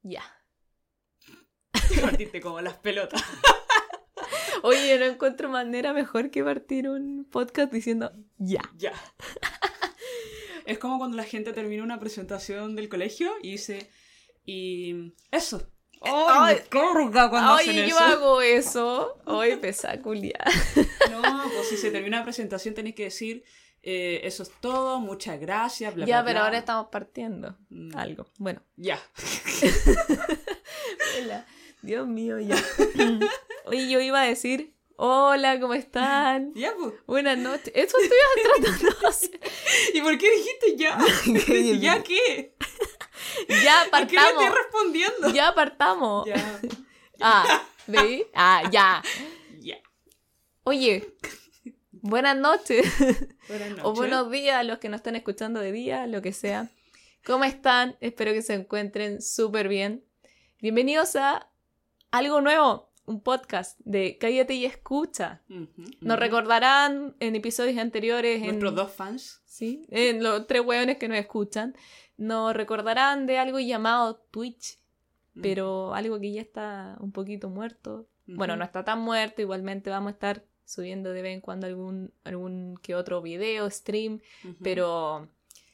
Ya. Te partiste como las pelotas. Oye, yo no encuentro manera mejor que partir un podcast diciendo ya. Ya. Es como cuando la gente termina una presentación del colegio y dice, y eso. ¡Ay, me carga cuando hacen yo eso! hago eso. Ay, pesa culia. No, pues si se termina la presentación tenés que decir, eso es todo, muchas gracias, bla, Ya, bla, pero bla. ahora estamos partiendo algo. Bueno. Ya. Dios mío, ya. Oye, yo iba a decir, hola, ¿cómo están? Ya, pues. Buenas noches. Eso estoy tratando de hacer. ¿Y por qué dijiste ya? ¿Ya qué? Ya ¿A qué me partamos. estoy respondiendo? Ya partamos. Ya. ¿Veí? Ya. Ya. Oye, buenas noches. Buenas noches. O buenos días a los que nos están escuchando de día, lo que sea. ¿Cómo están? Espero que se encuentren súper bien. Bienvenidos a algo nuevo, un podcast de Cállate y Escucha. Nos recordarán en episodios anteriores... Nuestros dos fans. Sí, en los 3 hueones que nos escuchan. Nos recordarán de algo llamado Twitch, pero algo que ya está un poquito muerto. Bueno, no está tan muerto, igualmente vamos a estar subiendo de vez en cuando algún que otro video, stream, pero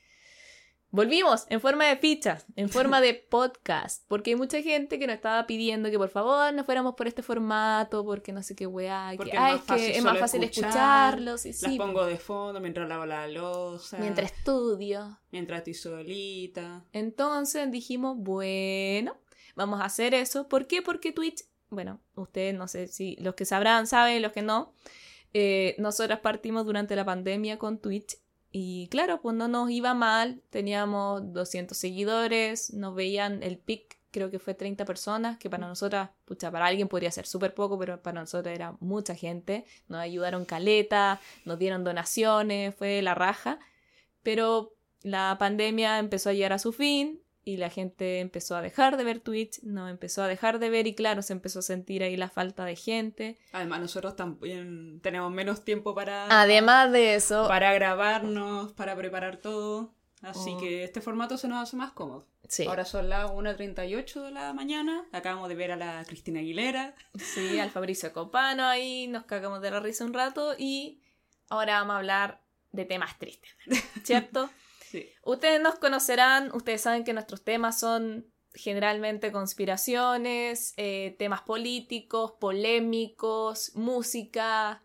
volvimos en forma de fichas, en forma de podcast, porque hay mucha gente que nos estaba pidiendo que por favor nos fuéramos por este formato, porque no sé qué weá, porque es más fácil escucharlos. Y las sí, pongo de fondo mientras lavo la loza. mientras estudio. Mientras estoy solita. Entonces dijimos, bueno, vamos a hacer eso. ¿Por qué? Porque Twitch, bueno, ustedes no sé si los que sabrán, saben, los que no. Nosotras partimos durante la pandemia con Twitch. Y claro, pues no nos iba mal, teníamos 200 seguidores, nos veían el pic, creo que fue 30 personas, que para nosotras, pucha, para alguien podría ser súper poco, pero para nosotros era mucha gente. Nos ayudaron caleta, nos dieron donaciones, fue la raja. Pero la pandemia empezó a llegar a su fin y la gente empezó a dejar de ver Twitch, nos empezó a dejar de ver y claro, se empezó a sentir ahí la falta de gente. Además nosotros también tenemos menos tiempo Además de eso, para grabarnos, para preparar todo. Así que este formato se nos hace más cómodo. Sí. Ahora son las 1:38 de la mañana. Acabamos de ver a la Cristina Aguilera. Sí, al Fabricio Copano ahí, nos cagamos de la risa un rato y ahora vamos a hablar de temas tristes, ¿cierto? Sí. Ustedes nos conocerán, ustedes saben que nuestros temas son generalmente conspiraciones, temas políticos, polémicos, música,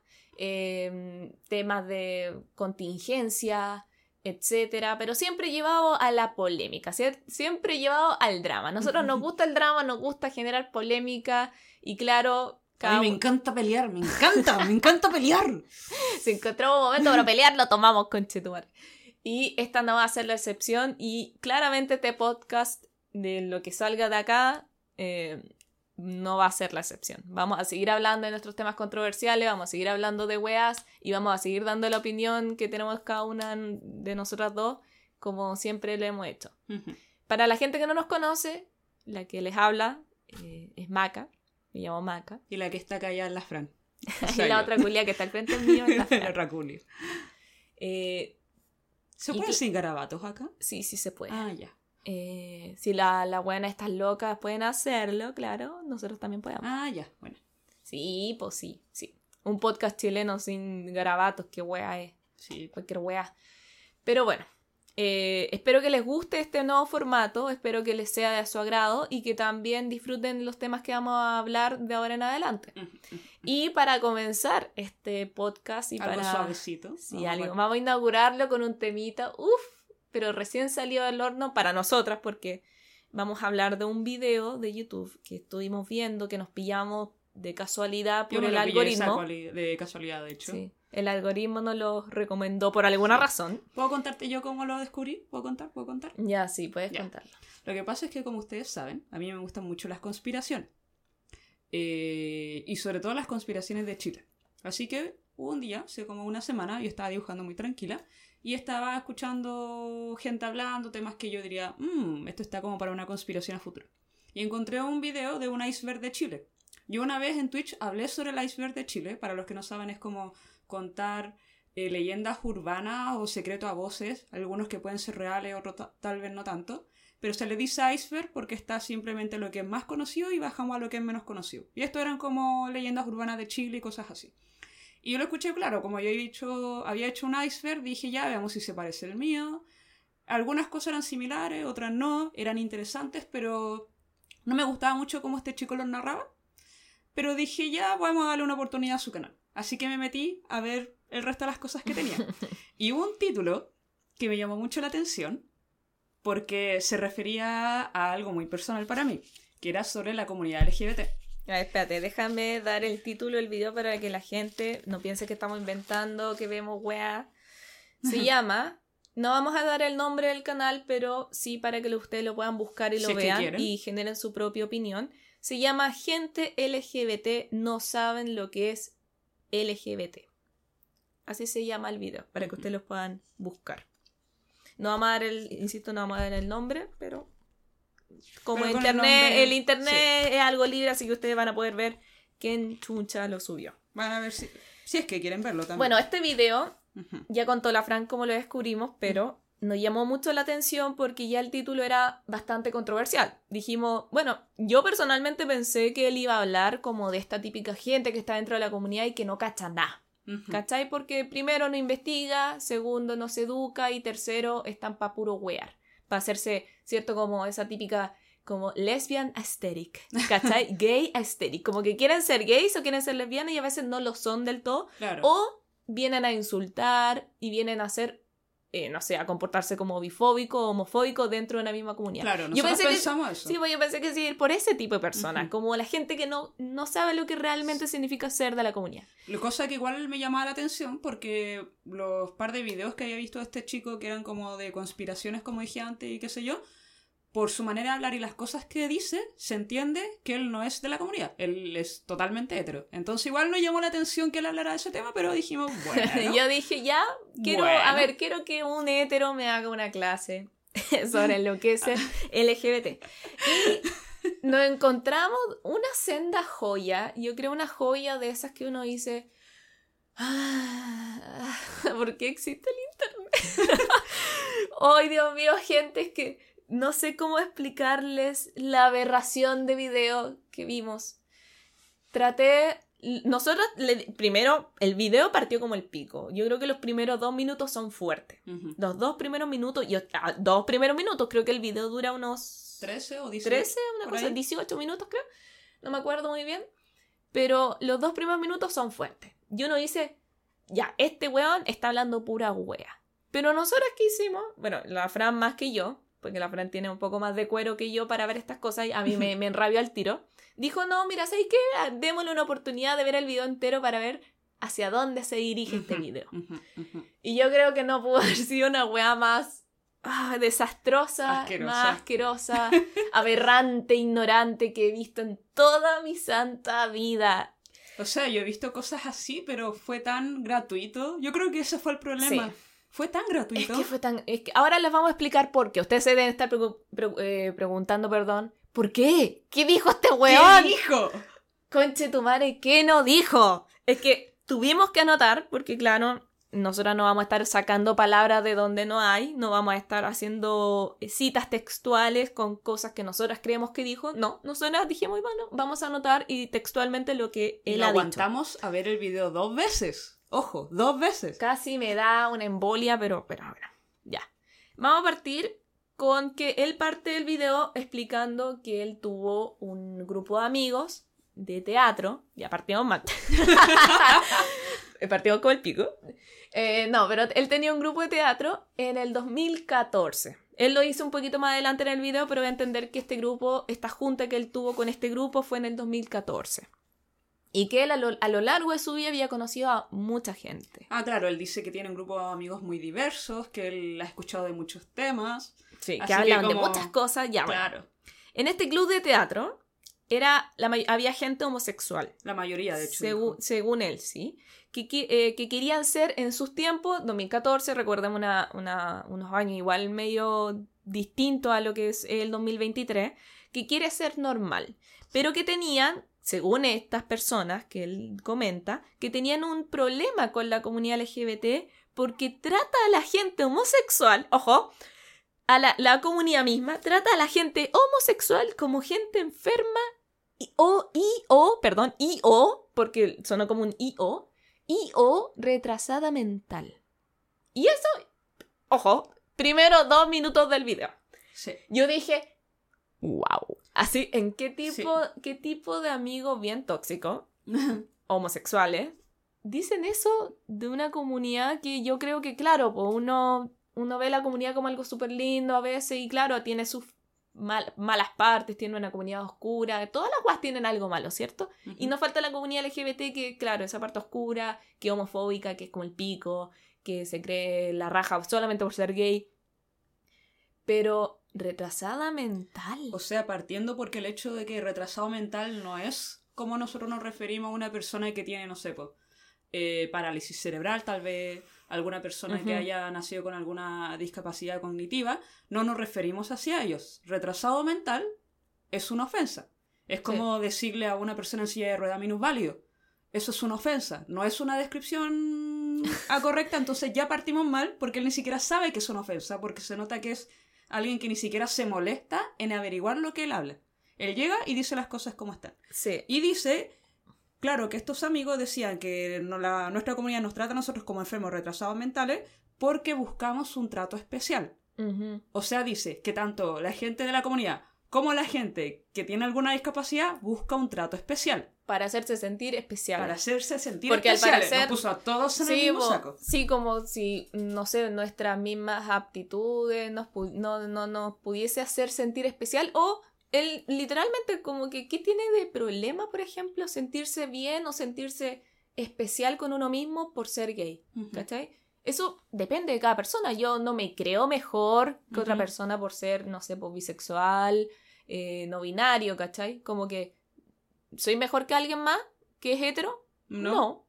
temas de contingencia, etcétera, pero siempre llevado a la polémica, siempre llevado al drama. Nosotros nos gusta el drama, nos gusta generar polémica y claro... A mí me encanta pelear, me encanta pelear. Si encontramos un momento para pelear, lo tomamos, conchetumare. Y esta no va a ser la excepción y claramente este podcast de lo que salga de acá no va a ser la excepción. Vamos a seguir hablando de nuestros temas controversiales, vamos a seguir hablando de weas y vamos a seguir dando la opinión que tenemos cada una de nosotras dos como siempre lo hemos hecho. Para la gente que no nos conoce, la que les habla es Maca, me llamo Maca. Y la que está callada es la Fran. Y la otra culia que está al frente mío es la Fran. La otra culia. ¿Se pueden sin garabatos acá? Sí, sí se puede. Ah, ya. Si la buena estas locas pueden hacerlo, claro, nosotros también podemos. Ah, ya, bueno. Sí, pues sí. Un podcast chileno sin garabatos, qué wea es. Sí. Cualquier wea. Pero bueno, espero que les guste este nuevo formato, espero que les sea de su agrado y que también disfruten los temas que vamos a hablar de ahora en adelante. Y para comenzar este podcast y algo suavecito. Sí, vamos a inaugurarlo con un temita, pero recién salió del horno para nosotras porque vamos a hablar de un video de YouTube que estuvimos viendo, que nos pillamos de casualidad por el algoritmo. De casualidad, de hecho. Sí. El algoritmo nos lo recomendó por alguna razón. ¿Puedo contarte yo cómo lo descubrí? ¿Puedo contar? Ya, sí, puedes contarlo. Lo que pasa es que, como ustedes saben, a mí me gustan mucho las conspiraciones. Y sobre todo las conspiraciones de Chile. Así que un día, hace como una semana, yo estaba dibujando muy tranquila y estaba escuchando gente hablando, temas que yo diría, esto está como para una conspiración a futuro. Y encontré un video de un iceberg de Chile. Yo una vez en Twitch hablé sobre el iceberg de Chile. Para los que no saben, es como contar leyendas urbanas o secretos a voces, algunos que pueden ser reales, otros tal vez no tanto, pero se le dice iceberg porque está simplemente lo que es más conocido y bajamos a lo que es menos conocido. Y esto eran como leyendas urbanas de Chile y cosas así. Y yo lo escuché, claro, como yo había hecho un iceberg, dije ya, veamos si se parece al mío. Algunas cosas eran similares, otras no, eran interesantes, pero no me gustaba mucho cómo este chico los narraba. Pero dije ya, vamos a darle una oportunidad a su canal. Así que me metí a ver el resto de las cosas que tenía. Y hubo un título que me llamó mucho la atención porque se refería a algo muy personal para mí, que era sobre la comunidad LGBT. A ver, espérate, déjame dar el título del video para que la gente no piense que estamos inventando, que vemos weá. Se llama, no vamos a dar el nombre del canal, pero sí para que ustedes lo puedan buscar y lo vean y generen su propia opinión. Se llama Gente LGBT no saben lo que es LGBT. Así se llama el video, para que ustedes lo puedan buscar. No vamos a dar insisto, no vamos a dar el nombre, pero como el internet es algo libre, así que ustedes van a poder ver quién chucha lo subió. Van a ver si es que quieren verlo también. Bueno, este video, ya contó la Fran cómo lo descubrimos, pero nos llamó mucho la atención porque ya el título era bastante controversial. Dijimos, bueno, yo personalmente pensé que él iba a hablar como de esta típica gente que está dentro de la comunidad y que no cacha nada. ¿Cachai? Porque primero no investiga, segundo no se educa y tercero están pa' puro wear. Para hacerse, ¿cierto? Como esa típica, como lesbian aesthetic, ¿cachai? Gay aesthetic. Como que quieren ser gays o quieren ser lesbianas y a veces no lo son del todo. Claro. O vienen a insultar y vienen a hacer, no sé, a comportarse como bifóbico o homofóbico dentro de una misma comunidad. Claro, nosotros pensamos eso. Sí, pues yo pensé que sí, por ese tipo de personas, como la gente que no sabe lo que realmente significa ser de la comunidad. Cosa que igual me llamaba la atención porque los par de videos que había visto de este chico que eran como de conspiraciones, como dije antes y qué sé yo, por su manera de hablar y las cosas que dice, se entiende que él no es de la comunidad. Él es totalmente hetero. Entonces igual nos llamó la atención que él hablara de ese tema, pero dijimos, bueno. Yo dije, ya, quiero que un hetero me haga una clase sobre lo que es el LGBT. Y nos encontramos una senda joya. Yo creo una joya de esas que uno dice, ¿por qué existe el internet? Ay, Dios mío, gente, es que no sé cómo explicarles la aberración de video que vimos. Nosotros, primero, el video partió como el pico. Yo creo que los primeros 2 minutos son fuertes. Los 2 primeros minutos, creo que el video dura unos 13 o 18. 13, una cosa, 18 minutos creo. No me acuerdo muy bien. Pero los 2 primeros minutos son fuertes. Y uno dice, ya, este weón está hablando pura wea. Pero nosotros, ¿qué hicimos? Bueno, la Fran más que yo, porque la Fran tiene un poco más de cuero que yo para ver estas cosas, y a mí me enrabió al tiro. Dijo, no, mira, ¿sabes qué? Démosle una oportunidad de ver el video entero para ver hacia dónde se dirige este video. Y yo creo que no pudo haber sido una weá más desastrosa, más asquerosa, aberrante, ignorante que he visto en toda mi santa vida. O sea, yo he visto cosas así, pero fue tan gratuito. Yo creo que ese fue el problema. Sí. Fue tan gratuito. Es que ahora les vamos a explicar por qué. Ustedes se deben estar preguntando, ¿por qué? ¿Qué dijo este weón? ¿Qué dijo? Conche tu madre, ¿qué no dijo? Es que tuvimos que anotar, porque claro, nosotras no vamos a estar sacando palabras de donde no hay, no vamos a estar haciendo citas textuales con cosas que nosotras creemos que dijo. No, nosotras dijimos, bueno, vamos a anotar y textualmente lo que él ha dicho. Aguantamos a ver el video 2 veces. Ojo, 2 veces. Casi me da una embolia, pero bueno, ya. Vamos a partir con que él parte del video explicando que él tuvo un grupo de amigos de teatro. Ya partimos mal. Partimos con el pico. No, pero él tenía un grupo de teatro en el 2014. Él lo hizo un poquito más adelante en el video, pero voy a entender que esta junta que él tuvo con este grupo fue en el 2014. Y que él a lo largo de su vida había conocido a mucha gente. Ah, claro, él dice que tiene un grupo de amigos muy diversos, que él ha escuchado de muchos temas. Sí, que hablan de muchas cosas. Ya, claro. Bueno. En este club de teatro había gente homosexual. La mayoría, de hecho. Según él, sí. Que querían ser en sus tiempos, 2014, recordemos unos años igual medio distintos a lo que es el 2023, que quiere ser normal, pero que tenían, según estas personas que él comenta, que tenían un problema con la comunidad LGBT porque trata a la gente homosexual, ojo, a la comunidad misma trata a la gente homosexual como gente enferma porque sonó como un o retrasada mental. Y eso, ojo, primero 2 minutos del video. Sí. Yo dije, wow. Así, ¿en qué tipo de amigos bien tóxicos, homosexuales, dicen eso de una comunidad que yo creo que, claro, pues uno ve la comunidad como algo súper lindo a veces y, claro, tiene sus malas partes, tiene una comunidad oscura, todas las guas tienen algo malo, ¿cierto? Uh-huh. Y no falta la comunidad LGBT que, claro, esa parte oscura, que es homofóbica, que es como el pico, que se cree la raja solamente por ser gay. Pero retrasada mental. O sea, partiendo porque el hecho de que retrasado mental no es como nosotros nos referimos a una persona que tiene, no sé, pues, parálisis cerebral, tal vez alguna persona uh-huh. que haya nacido con alguna discapacidad cognitiva, no nos referimos hacia ellos. Retrasado mental es una ofensa. Es como decirle a una persona en silla de ruedas minusválido. Eso es una ofensa, no es una descripción correcta, entonces ya partimos mal porque él ni siquiera sabe que es una ofensa, porque se nota que es alguien que ni siquiera se molesta en averiguar lo que él habla. Él llega y dice las cosas como están. Sí. Y dice, claro, que estos amigos decían que nuestra comunidad nos trata a nosotros como enfermos retrasados mentales porque buscamos un trato especial. Uh-huh. O sea, dice que tanto la gente de la comunidad como la gente que tiene alguna discapacidad busca un trato especial. Para hacerse sentir especial. Para hacerse sentir porque especiales. Al parecer, nos puso a todos en el mismo saco. Sí, como si, no sé, nuestras mismas aptitudes no nos pudiese hacer sentir especial. O él literalmente como que, ¿qué tiene de problema, por ejemplo, sentirse bien o sentirse especial con uno mismo por ser gay? Uh-huh. ¿Cachai? Eso depende de cada persona. Yo no me creo mejor que uh-huh. otra persona por ser, no sé, pues, bisexual, no binario, ¿cachai? Como que ¿soy mejor que alguien más que es hetero? No.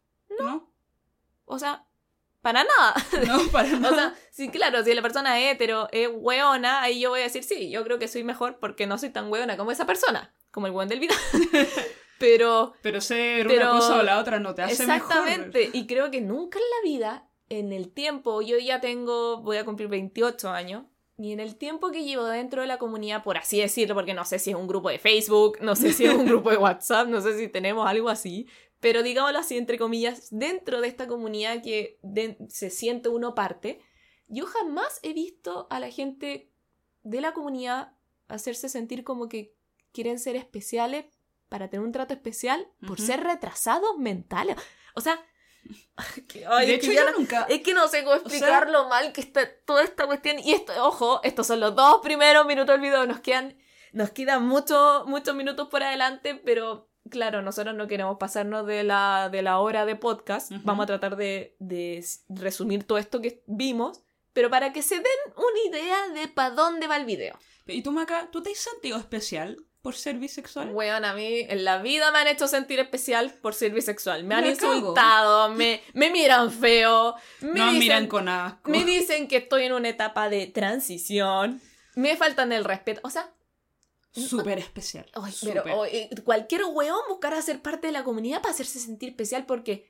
O sea, para nada. No, para nada. O sea, sí, claro, si la persona es hetero, es hueona, ahí yo voy a decir, sí, yo creo que soy mejor porque no soy tan hueona como esa persona, como el hueón del video. Pero ser una cosa o la otra no te hace exactamente, mejor. Y creo que nunca en la vida, en el tiempo, yo ya voy a cumplir 28 años, y en el tiempo que llevo dentro de la comunidad, por así decirlo, porque no sé si es un grupo de Facebook, no sé si es un grupo de WhatsApp, no sé si tenemos algo así, pero digámoslo así, entre comillas, dentro de esta comunidad que se siente uno parte, yo jamás he visto a la gente de la comunidad hacerse sentir como que quieren ser especiales para tener un trato especial por ser retrasados mentales. O sea... Ay, de hecho, es que no sé cómo explicar lo mal que está toda esta cuestión. Y esto, ojo, estos son los 2 primeros minutos del video. Nos quedan muchos minutos por adelante, pero claro, nosotros no queremos pasarnos de la hora de podcast. Uh-huh. Vamos a tratar de resumir todo esto que vimos, pero para que se den una idea de para dónde va el video. ¿Y tú, Maca, tú te has sentido especial por ser bisexual? Bueno, a mí en la vida me han hecho sentir especial por ser bisexual. Me han insultado, me miran feo. Miran con asco. Me dicen que estoy en una etapa de transición. Me faltan el respeto. O sea... Súper especial. Pero cualquier weón buscará ser parte de la comunidad para hacerse sentir especial porque...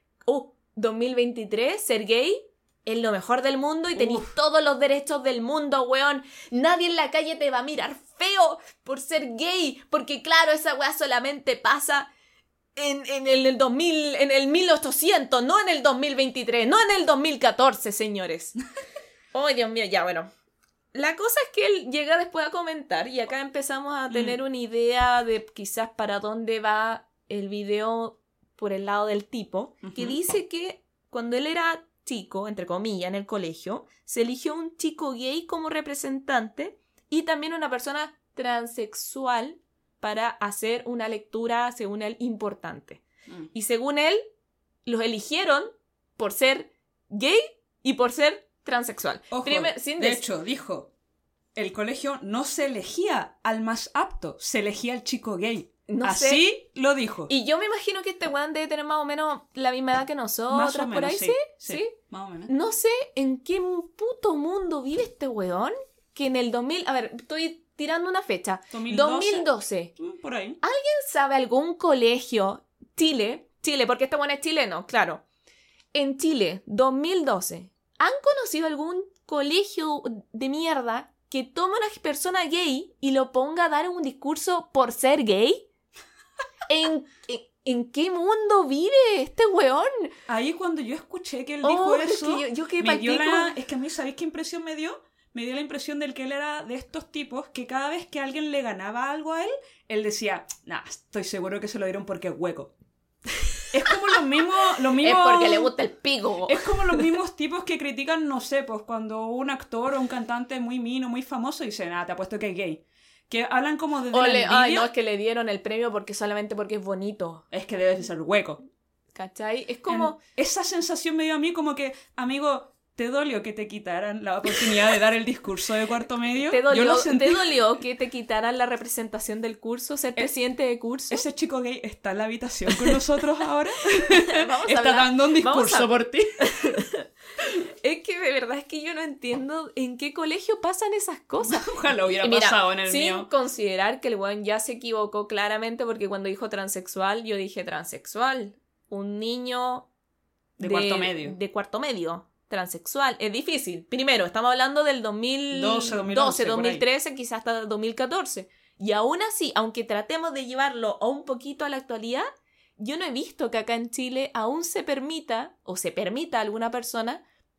2023, ser gay... es lo mejor del mundo y tenés todos los derechos del mundo, weón. Nadie en la calle te va a mirar feo por ser gay. Porque claro, esa weá solamente pasa en el 2000, en el 1800, no en el 2023, no en el 2014, señores. Oh, Dios mío, ya, bueno. La cosa es que él llega después a comentar y acá empezamos a tener una idea de quizás para dónde va el video por el lado del tipo, que dice que cuando él era chico, entre comillas, en el colegio, se eligió un chico gay como representante y también una persona transexual para hacer una lectura, según él, importante. Y según él, los eligieron por ser gay y por ser transexual. Ojo, de hecho, dijo, el colegio no se elegía al más apto, se elegía al chico gay. No Así sé. Lo dijo. Y yo me imagino que este weón debe tener más o menos la misma edad que nosotras, más o menos, por ahí, ¿sí? Más o menos. No sé en qué puto mundo vive este weón que en el 2000... A ver, estoy tirando una fecha. 2012. Por ahí. ¿Alguien sabe algún colegio? Chile, porque este weón es chileno, claro. En Chile, 2012. ¿Han conocido algún colegio de mierda que tome a una persona gay y lo ponga a dar un discurso por ser gay? ¿En qué mundo vive este weón? Ahí cuando yo escuché que él dijo eso, es que yo quedé me dio palpico. es que a mí, ¿sabéis qué impresión me dio? Me dio la impresión de que él era de estos tipos que cada vez que alguien le ganaba algo a él, él decía, nah, estoy seguro que se lo dieron porque es hueco. Es como lo mismo... Es porque le gusta el pico. Es como los mismos tipos que critican, no sé, pues cuando un actor o un cantante muy mino, muy famoso dice, nada, te apuesto que es gay. Que hablan como de la envidia. Ay, no, es que le dieron el premio solamente porque es bonito. Es que debe ser hueco. ¿Cachai? Es como... Esa sensación me dio a mí como que, amigo, ¿te dolió que te quitaran la oportunidad de dar el discurso de cuarto medio? ¿Te Yo lo sentí. dolió que te quitaran la representación del curso, ser presidente de curso? Ese chico gay está en la habitación con nosotros ahora. Vamos a está hablar. dando un discurso por ti. Es que de verdad es que yo no entiendo en qué colegio pasan esas cosas. Ojalá hubiera Y mira, pasado en el sin mío. considerar que el weón ya se equivocó claramente, porque cuando dijo transexual, yo dije transexual. Un niño De cuarto medio. De cuarto medio. Transexual. Es difícil. Primero, estamos hablando del 2011, 2013, quizás hasta el 2014. Y aún así, aunque tratemos de llevarlo a un poquito a la actualidad, yo no he visto que acá en Chile aún se permita, o se permita a alguna persona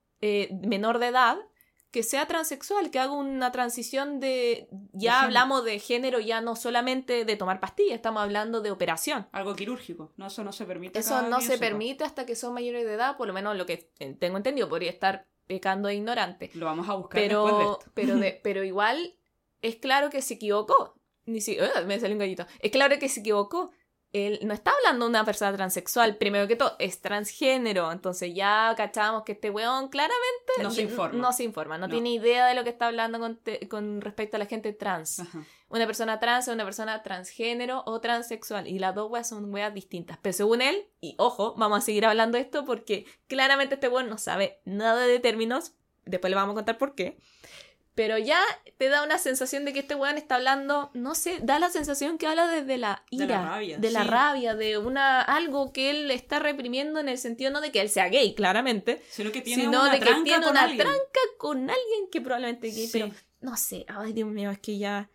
menor de edad que sea transexual, que haga una transición de... Ya hablamos de género, ya no solamente de tomar pastillas, estamos hablando de operación. Algo quirúrgico. No, eso no se permite. Eso no se permite hasta que son mayores de edad, por lo menos lo que tengo entendido, podría estar pecando de ignorante. Lo vamos a buscar después de esto. Pero igual es claro que se equivocó. Me salió un gallito. Es claro que se equivocó. Él no está hablando de una persona transexual, primero que todo, es transgénero. Entonces ya cachamos que este weón claramente no se informa. No tiene idea de lo que está hablando con respecto a la gente trans. Ajá. Una persona trans es una persona transgénero o transexual. Y las dos weas son weas distintas. Pero según él, y ojo, vamos a seguir hablando de esto porque claramente este weón no sabe nada de términos. Después le vamos a contar por qué. Pero ya te da una sensación de que este weón está hablando, no sé, da la sensación que habla desde la ira, de la rabia, de algo que él está reprimiendo en el sentido no de que él sea gay, claramente, sino de que tiene una tranca con alguien que probablemente es gay, sí. pero no sé, ay Dios mío, es que ya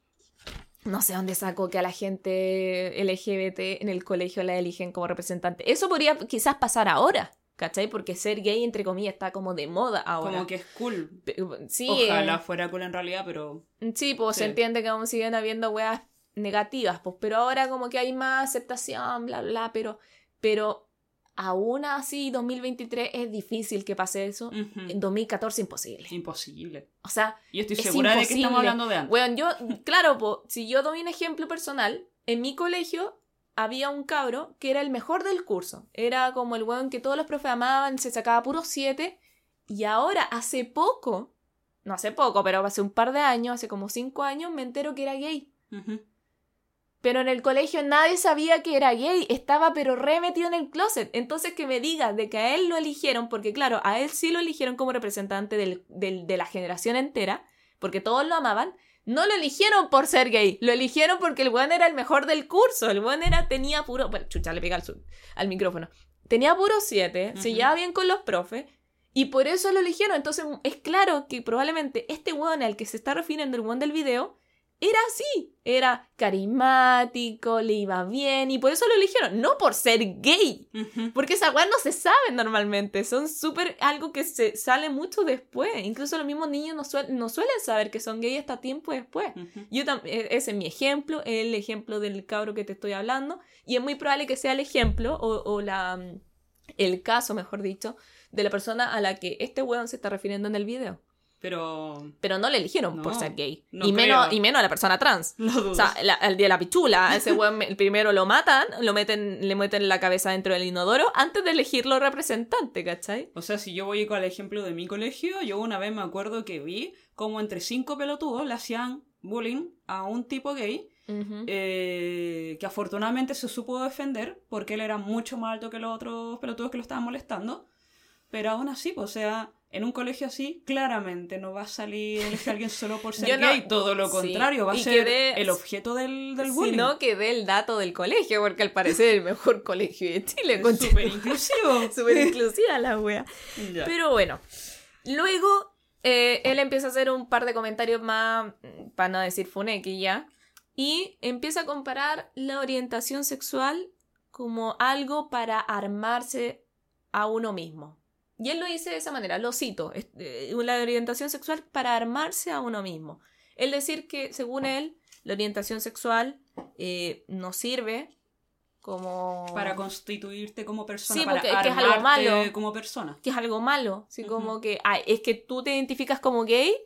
no sé dónde sacó que a la gente LGBT en el colegio la eligen como representante. Eso podría quizás pasar ahora. ¿Cachai? Porque ser gay, entre comillas, está como de moda ahora. Como que es cool. Sí, ojalá fuera cool en realidad, pero... Sí, pues se entiende que aún siguen habiendo weas negativas, pues, pero ahora como que hay más aceptación, bla, bla, pero aún así 2023 es difícil que pase eso. Uh-huh. En 2014 imposible. Imposible. O sea, y estoy segura de que estamos hablando de antes. Bueno, claro, pues, si yo doy un ejemplo personal, en mi colegio había un cabro que era el mejor del curso. Era como el weón que todos los profes amaban, se sacaba puros 7. Y ahora, hace poco, no hace poco, pero hace un par de años, hace como 5 años, me entero que era gay. Uh-huh. Pero en el colegio nadie sabía que era gay, estaba pero re metido en el closet. Entonces que me digas de que a él lo eligieron, porque claro, a él sí lo eligieron como representante de la generación entera, porque todos lo amaban. No lo eligieron por ser gay, lo eligieron porque el weón era el mejor del curso. El weón tenía puro... Bueno, chucha, le pega al micrófono. Tenía puro 7, se llevaba bien con los profes, y por eso lo eligieron. Entonces es claro que probablemente este weón al que se está refiriendo el weón del video era así. Era carismático, le iba bien, y por eso lo eligieron. No por ser gay. Uh-huh. Porque esas weas no se saben normalmente. Son súper algo que se sale mucho después. Incluso los mismos niños no suelen saber que son gay hasta tiempo después. Uh-huh. Ese es mi ejemplo, el ejemplo del cabro que te estoy hablando. Y es muy probable que sea el ejemplo el caso, mejor dicho, de la persona a la que este weón se está refiriendo en el video. Pero no le eligieron por ser gay. No y menos a la persona trans. No dudo. O sea, el de la pichula, ese weón, el primero lo matan, le meten la cabeza dentro del inodoro antes de elegirlo representante, ¿cachai? O sea, si yo voy con el ejemplo de mi colegio, yo una vez me acuerdo que vi como entre 5 pelotudos le hacían bullying a un tipo gay. Uh-huh. Que afortunadamente se supo defender porque él era mucho más alto que los otros pelotudos que lo estaban molestando. Pero aún así, pues, o sea... En un colegio así, claramente no va a salir alguien solo por ser gay, todo lo contrario, va a ser el objeto del bullying. Sino que dé el dato del colegio, porque al parecer es el mejor colegio de Chile. Es súper inclusivo. Súper inclusiva la wea. Ya. Pero bueno, luego él empieza a hacer un par de comentarios más, para no decir funeki ya, y empieza a comparar la orientación sexual como algo para armarse a uno mismo. Y él lo dice de esa manera, lo cito, la orientación sexual para armarse a uno mismo. Es decir que, según él, la orientación sexual no sirve como... Para constituirte como persona, sí, para porque, armarte que es algo malo, como persona. que es algo malo. Así como que, es que tú te identificas como gay,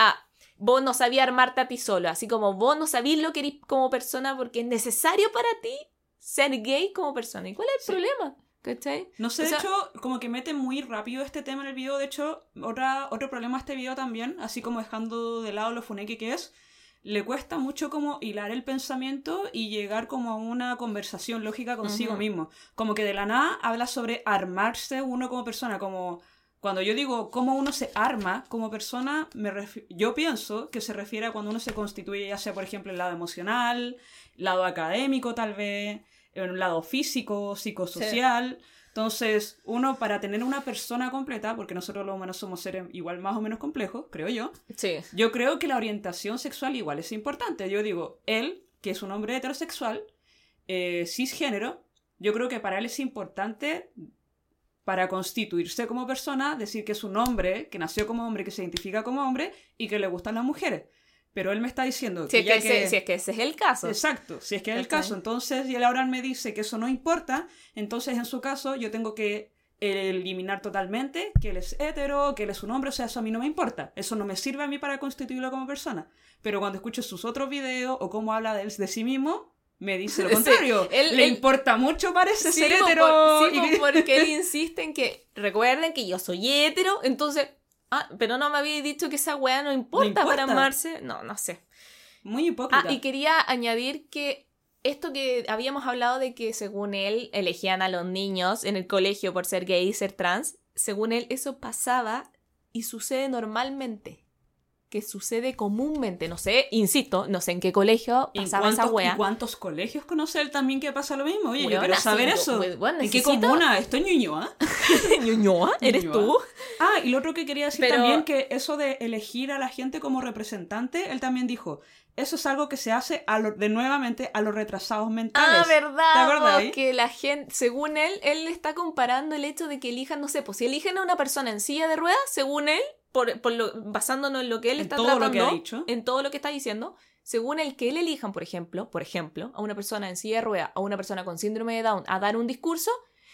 vos no sabías armarte a ti solo, así como vos no sabías lo que eres como persona porque es necesario para ti ser gay como persona. ¿Y cuál es el problema? ¿Cachai? No sé, de hecho, como que mete muy rápido este tema en el video. De hecho, otro problema de este video también, así como dejando de lado lo funeki que es, le cuesta mucho como hilar el pensamiento y llegar como a una conversación lógica consigo mismo. Como que de la nada habla sobre armarse uno como persona, como... Cuando yo digo cómo uno se arma como persona, yo pienso que se refiere a cuando uno se constituye, ya sea, por ejemplo, el lado emocional, lado académico tal vez, en un lado físico, psicosocial. Sí. Entonces, uno para tener una persona completa, porque nosotros los humanos somos seres igual más o menos complejos, creo yo. Sí. Yo creo que la orientación sexual igual es importante. Yo digo, él, que es un hombre heterosexual, cisgénero, yo creo que para él es importante... para constituirse como persona, decir que es un hombre, que nació como hombre, que se identifica como hombre y que le gustan las mujeres. Pero él me está diciendo si es que ese es el caso. Exacto, si es que es el caso. Entonces, y él ahora me dice que eso no importa, entonces en su caso yo tengo que eliminar totalmente que él es hetero, que él es un hombre, o sea, eso a mí no me importa. Eso no me sirve a mí para constituirlo como persona. Pero cuando escucho sus otros videos o cómo habla de sí mismo... me dice lo contrario. Sí, le importa mucho, parece ser hetero. Porque él insiste en que recuerden que yo soy hetero, entonces, pero no me había dicho que esa weá no importa para amarse. No sé. Muy hipócrita. Y quería añadir que esto que habíamos hablado de que según él elegían a los niños en el colegio por ser gay y ser trans, según él eso pasaba y sucede normalmente. Que sucede comúnmente, no sé, insisto, no sé en qué colegio pasaba esa wea. ¿Y cuántos colegios conoce él también que pasa lo mismo? Oye, yo quiero saber eso. Bueno, ¿en qué comuna? ¿Estoy en Ñuñoa? ¿Ñuñoa? ¿Eres tú? Y lo otro que quería decir también, que eso de elegir a la gente como representante, él también dijo, eso es algo que se hace nuevamente a los retrasados mentales. ¿Verdad? ¿Te acuerdas? Que la gente, según él está comparando el hecho de que elijan, no sé, pues si eligen a una persona en silla de ruedas, según él, basándonos en lo que él está tratando, lo que ha dicho. En todo lo que está diciendo, según el que él elijan, por ejemplo, a una persona en silla de ruedas, a una persona con síndrome de Down, a dar un discurso,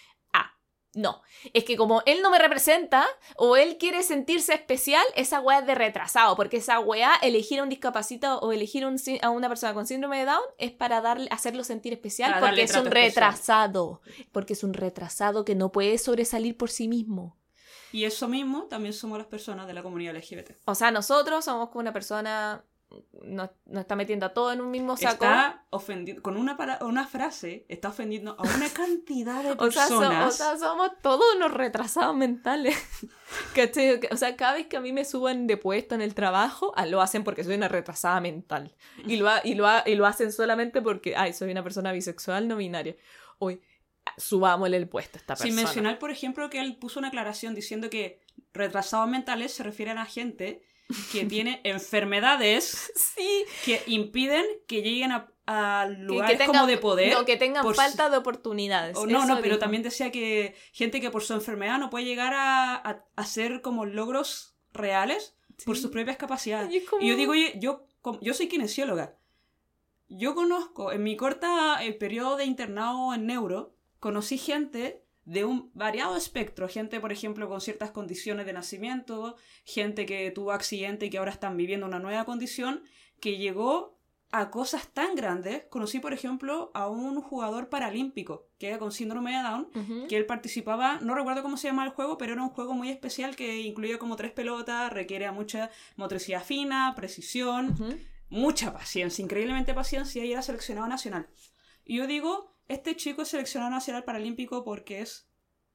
no, es que como él no me representa o él quiere sentirse especial, esa weá es de retrasado, porque esa weá, elegir a un discapacitado o elegir a una persona con síndrome de Down es para hacerlo sentir especial porque es un retrasado, porque es un retrasado que no puede sobresalir por sí mismo. Y eso mismo también somos las personas de la comunidad LGBT. O sea, nosotros somos como una persona... Nos está metiendo a todo en un mismo saco. Está ofendiendo, con una frase, está ofendiendo a una cantidad de personas. O sea, somos todos unos retrasados mentales. ¿Cachai? O sea, cada vez que a mí me suben de puesto en el trabajo, lo hacen porque soy una retrasada mental. Y lo hacen solamente porque, soy una persona bisexual, no binaria. Hoy, subámosle el puesto a esta persona. Sin mencionar, por ejemplo, que él puso una aclaración diciendo que retrasados mentales se refiere a la gente que tiene enfermedades que impiden que lleguen a lugares como de poder. No, que tengan falta de oportunidades. Pero también decía que gente que por su enfermedad no puede llegar a hacer como logros reales por sus propias capacidades. Y yo digo, yo soy kinesióloga. Yo conozco, en mi corta periodo de internado en neuro, conocí gente de un variado espectro, gente, por ejemplo, con ciertas condiciones de nacimiento, gente que tuvo accidente y que ahora están viviendo una nueva condición, que llegó a cosas tan grandes. Conocí, por ejemplo, a un jugador paralímpico, que era con síndrome de Down, que él participaba, no recuerdo cómo se llama el juego, pero era un juego muy especial que incluía como 3 pelotas, requiere mucha motricidad fina, precisión, mucha paciencia, increíblemente paciencia, y era seleccionado nacional. Y yo digo... Este chico es seleccionado nacional paralímpico porque es...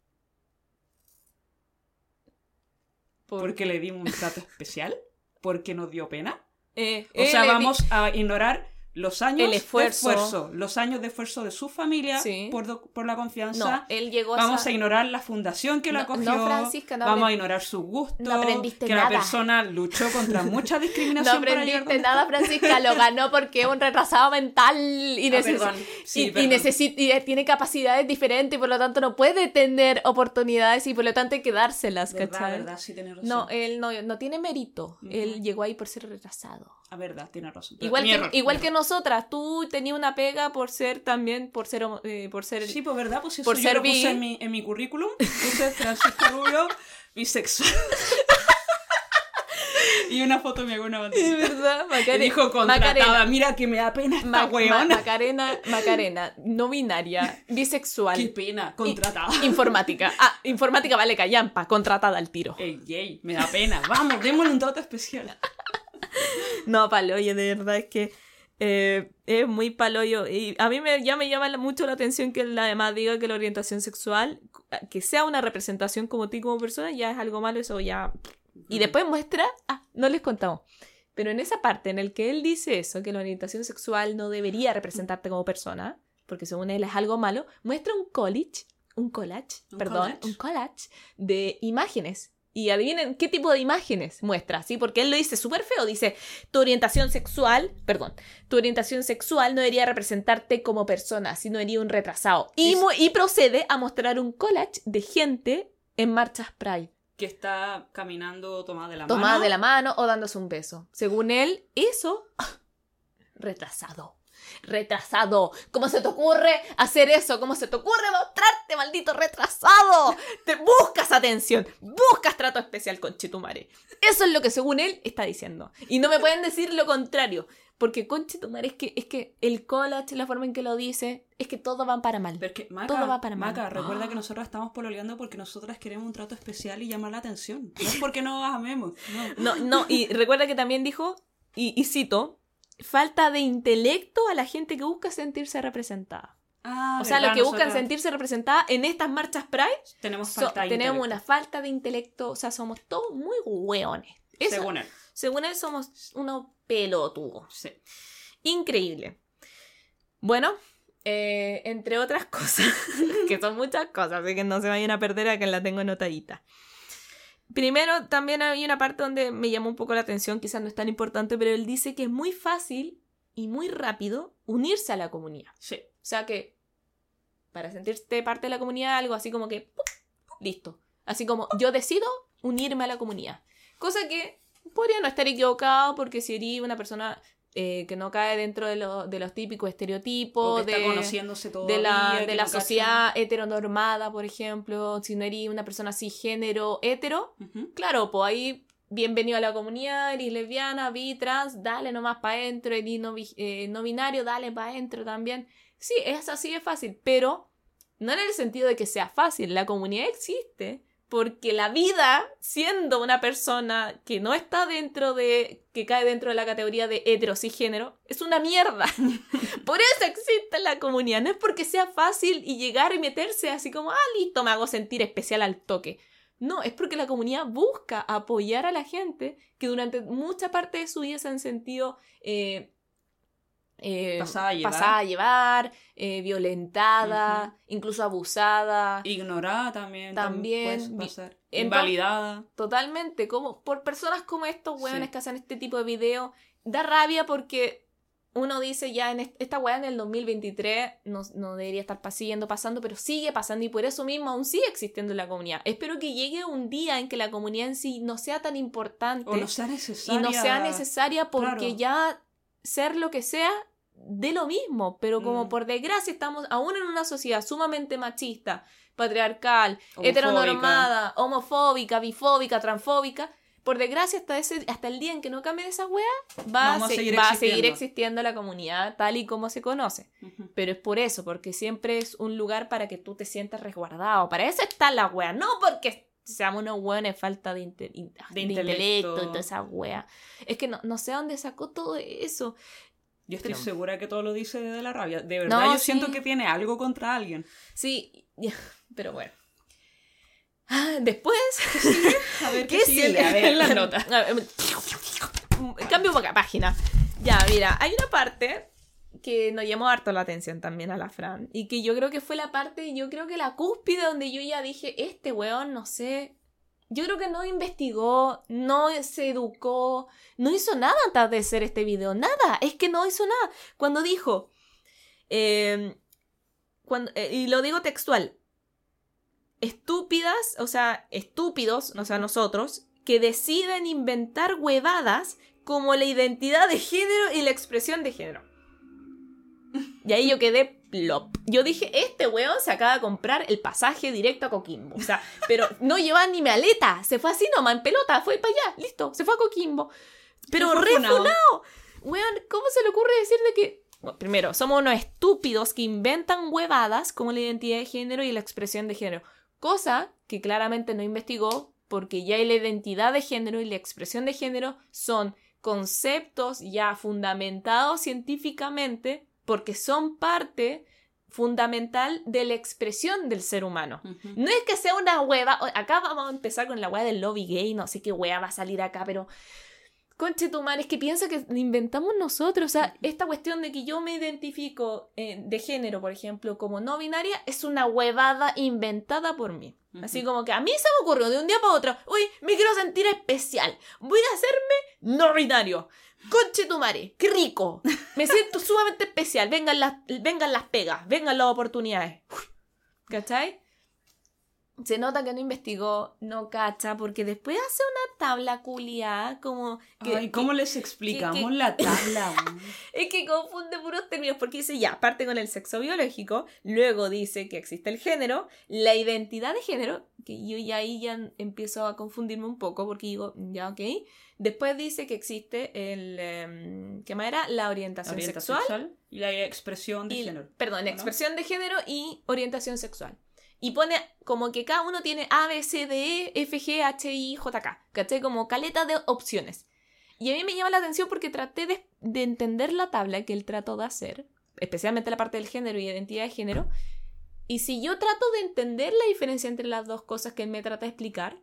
¿Porque le dimos un trato especial? ¿Porque nos dio pena? O sea, vamos a ignorar los años El esfuerzo. de esfuerzo, los años de esfuerzo de su familia Sí. por la confianza. No, él llegó Vamos a ignorar la fundación que la acogió. No, Francisca, no vamos a ignorar su gusto. no aprendiste que nada. la persona luchó contra mucha No discriminación. para llegar aprendiste donde nada, Francisca, lo ganó porque es un retrasado mental y, perdón. Sí, perdón. y tiene capacidades diferentes y por lo tanto no puede tener oportunidades y por lo tanto hay que dárselas, ¿cachai? Verdad, sí tienes razón. No, él no tiene mérito, él llegó ahí por ser retrasado. A verdad, tienes razón. Igual que nosotras, tú tenías una pega por ser también, por ser Sí, pues verdad, pues eso por yo ser lo puse bi. en mi currículum. Puse Francisca Rubio, bisexual. Y una foto me hago una Es bandera. verdad, Y dijo contratada, mira que me da pena esta weona. Macarena, no binaria, bisexual. Qué pena, contratada. Informática. Informática vale callampa, contratada al tiro. Ey, me da pena. Vamos, démosle un trato especial. No, paloyo, de verdad es que es muy paloyo. Y a mí ya me llama mucho la atención que además diga que la orientación sexual, que sea una representación como ti como persona, ya es algo malo, eso ya... Y después muestra, no les contamos, pero en esa parte en el que él dice eso, que la orientación sexual no debería representarte como persona, porque según él es algo malo, muestra un collage de imágenes. Y adivinen qué tipo de imágenes muestra, ¿sí? Porque él lo dice súper feo, dice, tu orientación sexual no debería representarte como persona, sino debería un retrasado. Y procede a mostrar un collage de gente en marchas Pride. Que está caminando tomada de la mano o dándose un beso. Según él, eso... Retrasado. ¿Cómo se te ocurre hacer eso? ¿Cómo se te ocurre mostrarte, maldito retrasado? Te buscas atención, buscas trato especial, conchetumare. Eso es lo que según él está diciendo. Y no me pueden decir lo contrario. Porque conchetumare es que el collage, la forma en que lo dice, es que todo va para mal. Pero es que, todo va para mal. Maca, recuerda que nosotras estamos pololeando porque nosotras queremos un trato especial y llamar la atención. No es porque no las amemos. No, y recuerda que también dijo, y cito, falta de intelecto a la gente que busca sentirse representada. O sea, los que buscan sentirse representada en estas marchas Pride, tenemos una falta de intelecto, o sea, somos todos muy hueones. Según él somos unos pelotudos. Sí. Increíble. Bueno, entre otras cosas, que son muchas cosas, así que no se vayan a perder, acá la tengo anotadita. Primero, también hay una parte donde me llamó un poco la atención, quizás no es tan importante, pero él dice que es muy fácil y muy rápido unirse a la comunidad. Sí. O sea que, para sentirte parte de la comunidad, algo así como que, ¡pum! Listo. Así como, yo decido unirme a la comunidad. Cosa que podría no estar equivocado, porque si eres una persona que no cae dentro de los típicos estereotipos, está conociéndose todavía, de la sociedad heteronormada, por ejemplo, si no eres una persona cisgénero hetero, claro, pues ahí bienvenido a la comunidad, eres lesbiana, bi, trans, dale nomás para adentro, eres no binario, dale para adentro también. Sí, es así de fácil, pero no en el sentido de que sea fácil, la comunidad existe. Porque la vida, siendo una persona que no está que cae dentro de la categoría de heterocisgénero, es una mierda. Por eso existe la comunidad. No es porque sea fácil y llegar y meterse así como, listo, me hago sentir especial al toque. No, es porque la comunidad busca apoyar a la gente que durante mucha parte de su vida se han sentido pasada a llevar, violentada, incluso abusada, ignorada también pasar. Invalidada. Totalmente, como por personas como estos hueones que hacen este tipo de videos. Da rabia porque uno dice ya esta hueá en el 2023 no debería estar siguiendo pasando, pero sigue pasando y por eso mismo aún sigue existiendo la comunidad. Espero que llegue un día en que la comunidad en sí no sea tan importante o no sea necesaria. Y no sea necesaria porque ya ser lo que sea de lo mismo, pero como por desgracia estamos aún en una sociedad sumamente machista, patriarcal, heteronormada, homofóbica, bifóbica, transfóbica. Por desgracia, hasta el día en que no cambien esas weas, va a seguir existiendo la comunidad tal y como se conoce. Pero es por eso, porque siempre es un lugar para que tú te sientas resguardado. Para eso está la wea, no porque seamos unos weones falta de intelecto y toda esa wea. Es que no sé dónde sacó todo eso. Yo estoy segura que todo lo dice de la rabia. De verdad, yo siento que tiene algo contra alguien. Sí, pero bueno. Después, a ver qué sigue. A ver la nota. Cambio página. Ya, mira, hay una parte que nos llamó harto la atención también a la Fran. Y que yo creo que fue la parte, yo creo que la cúspide donde yo ya dije, este weón, no sé. Yo creo que no investigó, no se educó, no hizo nada antes de hacer este video. Nada, es que no hizo nada. Cuando dijo, y lo digo textual, estúpidos, o sea, nosotros, que deciden inventar huevadas como la identidad de género y la expresión de género. Y ahí yo quedé plop. Yo dije, este weón se acaba de comprar el pasaje directo a Coquimbo. O sea, pero no llevaba ni maleta. Se fue así nomás, en pelota, fue para allá, listo, se fue a Coquimbo. Pero re funado. Weón, ¿cómo se le ocurre decir de que... Bueno, primero, somos unos estúpidos que inventan huevadas como la identidad de género y la expresión de género. Cosa que claramente no investigó, porque ya la identidad de género y la expresión de género son conceptos ya fundamentados científicamente, porque son parte fundamental de la expresión del ser humano. Uh-huh. No es que sea una hueva. Acá vamos a empezar con la hueva del lobby gay, no sé qué hueva va a salir acá, pero... Conche tu madre, es que piensa que inventamos nosotros. O sea, esta cuestión de que yo me identifico de género, por ejemplo, como no binaria, es una huevada inventada por mí. Uh-huh. Así como que a mí se me ocurrió de un día para otro, uy, me quiero sentir especial, voy a hacerme no binario. Conche tu madre, qué rico. Me siento sumamente especial. Vengan las pegas, vengan las oportunidades. ¿Cachai? Se nota que no investigó, no cacha, porque después hace una tabla culiada como... Ay, ¿cómo les explicamos la tabla? Es que confunde puros términos, porque dice ya, parte con el sexo biológico, luego dice que existe el género, la identidad de género, que yo ya ahí ya empiezo a confundirme un poco, porque digo, ya ok. Después dice que existe el... ¿qué más era? La orientación sexual. Y la expresión de género. Perdón, expresión de género y orientación sexual. Y pone como que cada uno tiene A, B, C, D, E, F, G, H, I, J, K. ¿Cachai? Como caleta de opciones. Y a mí me llama la atención porque traté de entender la tabla que él trató de hacer, especialmente la parte del género y identidad de género. Y si yo trato de entender la diferencia entre las dos cosas que él me trata de explicar,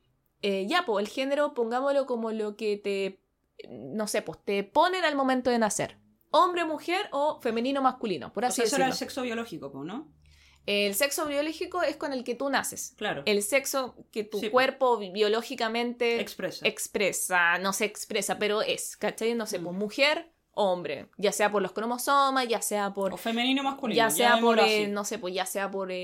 pues el género, pongámoslo como lo que te, no sé, pues te ponen al momento de nacer. Hombre, mujer o femenino, masculino, por así decirlo. Eso era el sexo biológico, ¿no? El sexo biológico es con el que tú naces. Claro. El sexo que tu cuerpo biológicamente expresa, no se expresa, pero es, ¿cachai? No sé, pues mujer o hombre, ya sea por los cromosomas, ya sea por... O femenino o masculino. Ya sea por no sé, pues ya sea por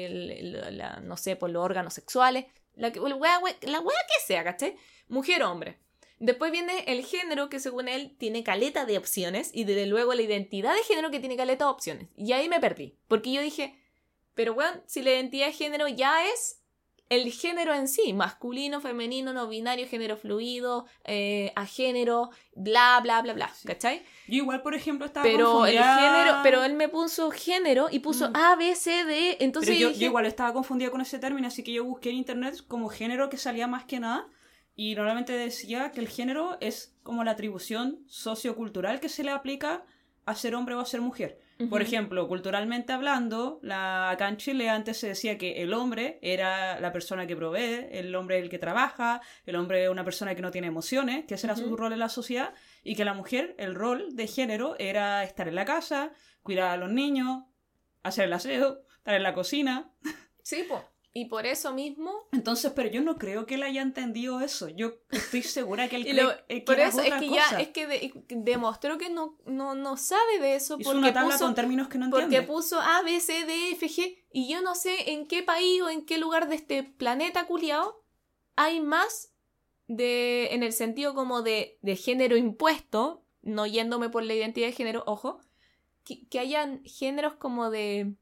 no sé, por los órganos sexuales, la wea que sea, ¿cachai? Mujer o hombre. Después viene el género, que según él tiene caleta de opciones, y desde luego la identidad de género, que tiene caleta de opciones. Y ahí me perdí, porque yo dije... Pero bueno, si la identidad de género ya es el género en sí, masculino, femenino, no binario, género fluido, agénero, bla, bla, bla, bla, ¿cachai? Yo igual, por ejemplo, estaba confundida... Pero él me puso género y puso A, B, C, D, entonces yo igual estaba confundida con ese término, así que yo busqué en internet como género que salía más que nada, y normalmente decía que el género es como la atribución sociocultural que se le aplica a ser hombre o a ser mujer. Por ejemplo, culturalmente hablando, acá en Chile antes se decía que el hombre era la persona que provee, el hombre es el que trabaja, el hombre es una persona que no tiene emociones, que ese era su rol en la sociedad, y que la mujer, el rol de género, era estar en la casa, cuidar a los niños, hacer el aseo, estar en la cocina. Sí, pues. Y por eso mismo... Entonces, pero yo no creo que él haya entendido eso. Yo estoy segura que él cree por que eso es que cosa. Ya es que demostró que no sabe de eso. Hizo una tabla con términos que no entiende. Porque puso A, B, C, D, F, G. Y yo no sé en qué país o en qué lugar de este planeta culiao hay más en el sentido como de género impuesto, no yéndome por la identidad de género, ojo, que hayan géneros como de...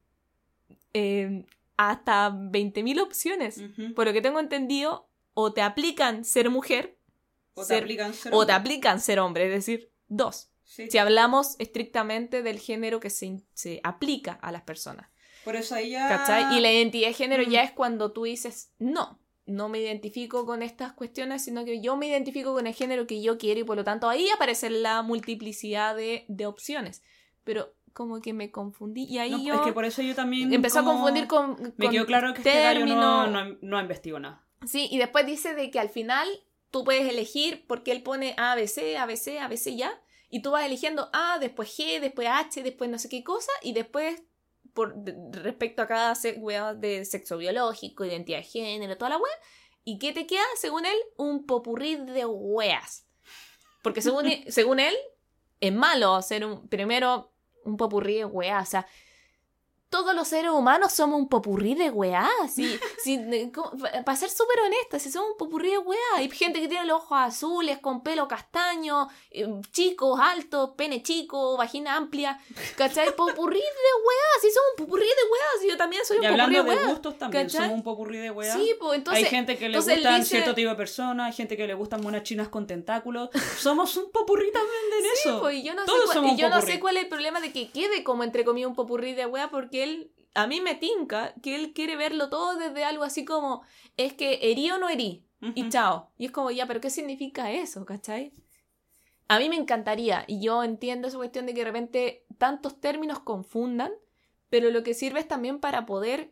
hasta 20.000 opciones. Por lo que tengo entendido, o te aplican ser mujer, o te aplican ser hombre, es decir, dos. Sí. Si hablamos estrictamente del género que se aplica a las personas. Por eso ahí ya... ¿Cachai? Y la identidad de género ya es cuando tú dices, no me identifico con estas cuestiones, sino que yo me identifico con el género que yo quiero, y por lo tanto ahí aparece la multiplicidad de opciones. Pero... como que me confundí y ahí es que por eso yo también empezó a confundir con me quedó claro que término... este gallo no investigó nada. Sí, y después dice de que al final tú puedes elegir, porque él pone ABC, ABC, ABC ya, y tú vas eligiendo A, después G, después H, después no sé qué cosa, y después, respecto a cada wea de sexo biológico, identidad de género, toda la wea, ¿y qué te queda? Según él, un popurrí de weas. Porque según él, es malo hacer primero un popurrí de weas, o sea, todos los seres humanos somos un popurrí de weá. Para ser súper honesta, si somos un popurrí de weá. Hay gente que tiene los ojos azules, con pelo castaño, chicos, altos, pene chico, vagina amplia. ¿Cachai? Popurrí de weá. Si somos un popurrí de weá. Si yo también soy un popurrí de weá. Y hablando de gustos también, ¿cachai? somos un popurrí de weá. Sí, pues entonces... Hay gente que le gustan cierto tipo de personas, hay gente que le gustan monas chinas con tentáculos. Somos un popurrí también de eso. Sí, pues yo no sé cuál es el problema de que quede como entre comillas un popurrí de weá, porque a mí me tinca que él quiere verlo todo desde algo así como, es que herí o no herí, y chao. Y es como, ya, pero ¿qué significa eso, cachai? A mí me encantaría, y yo entiendo esa cuestión de que de repente tantos términos confundan, pero lo que sirve es también para poder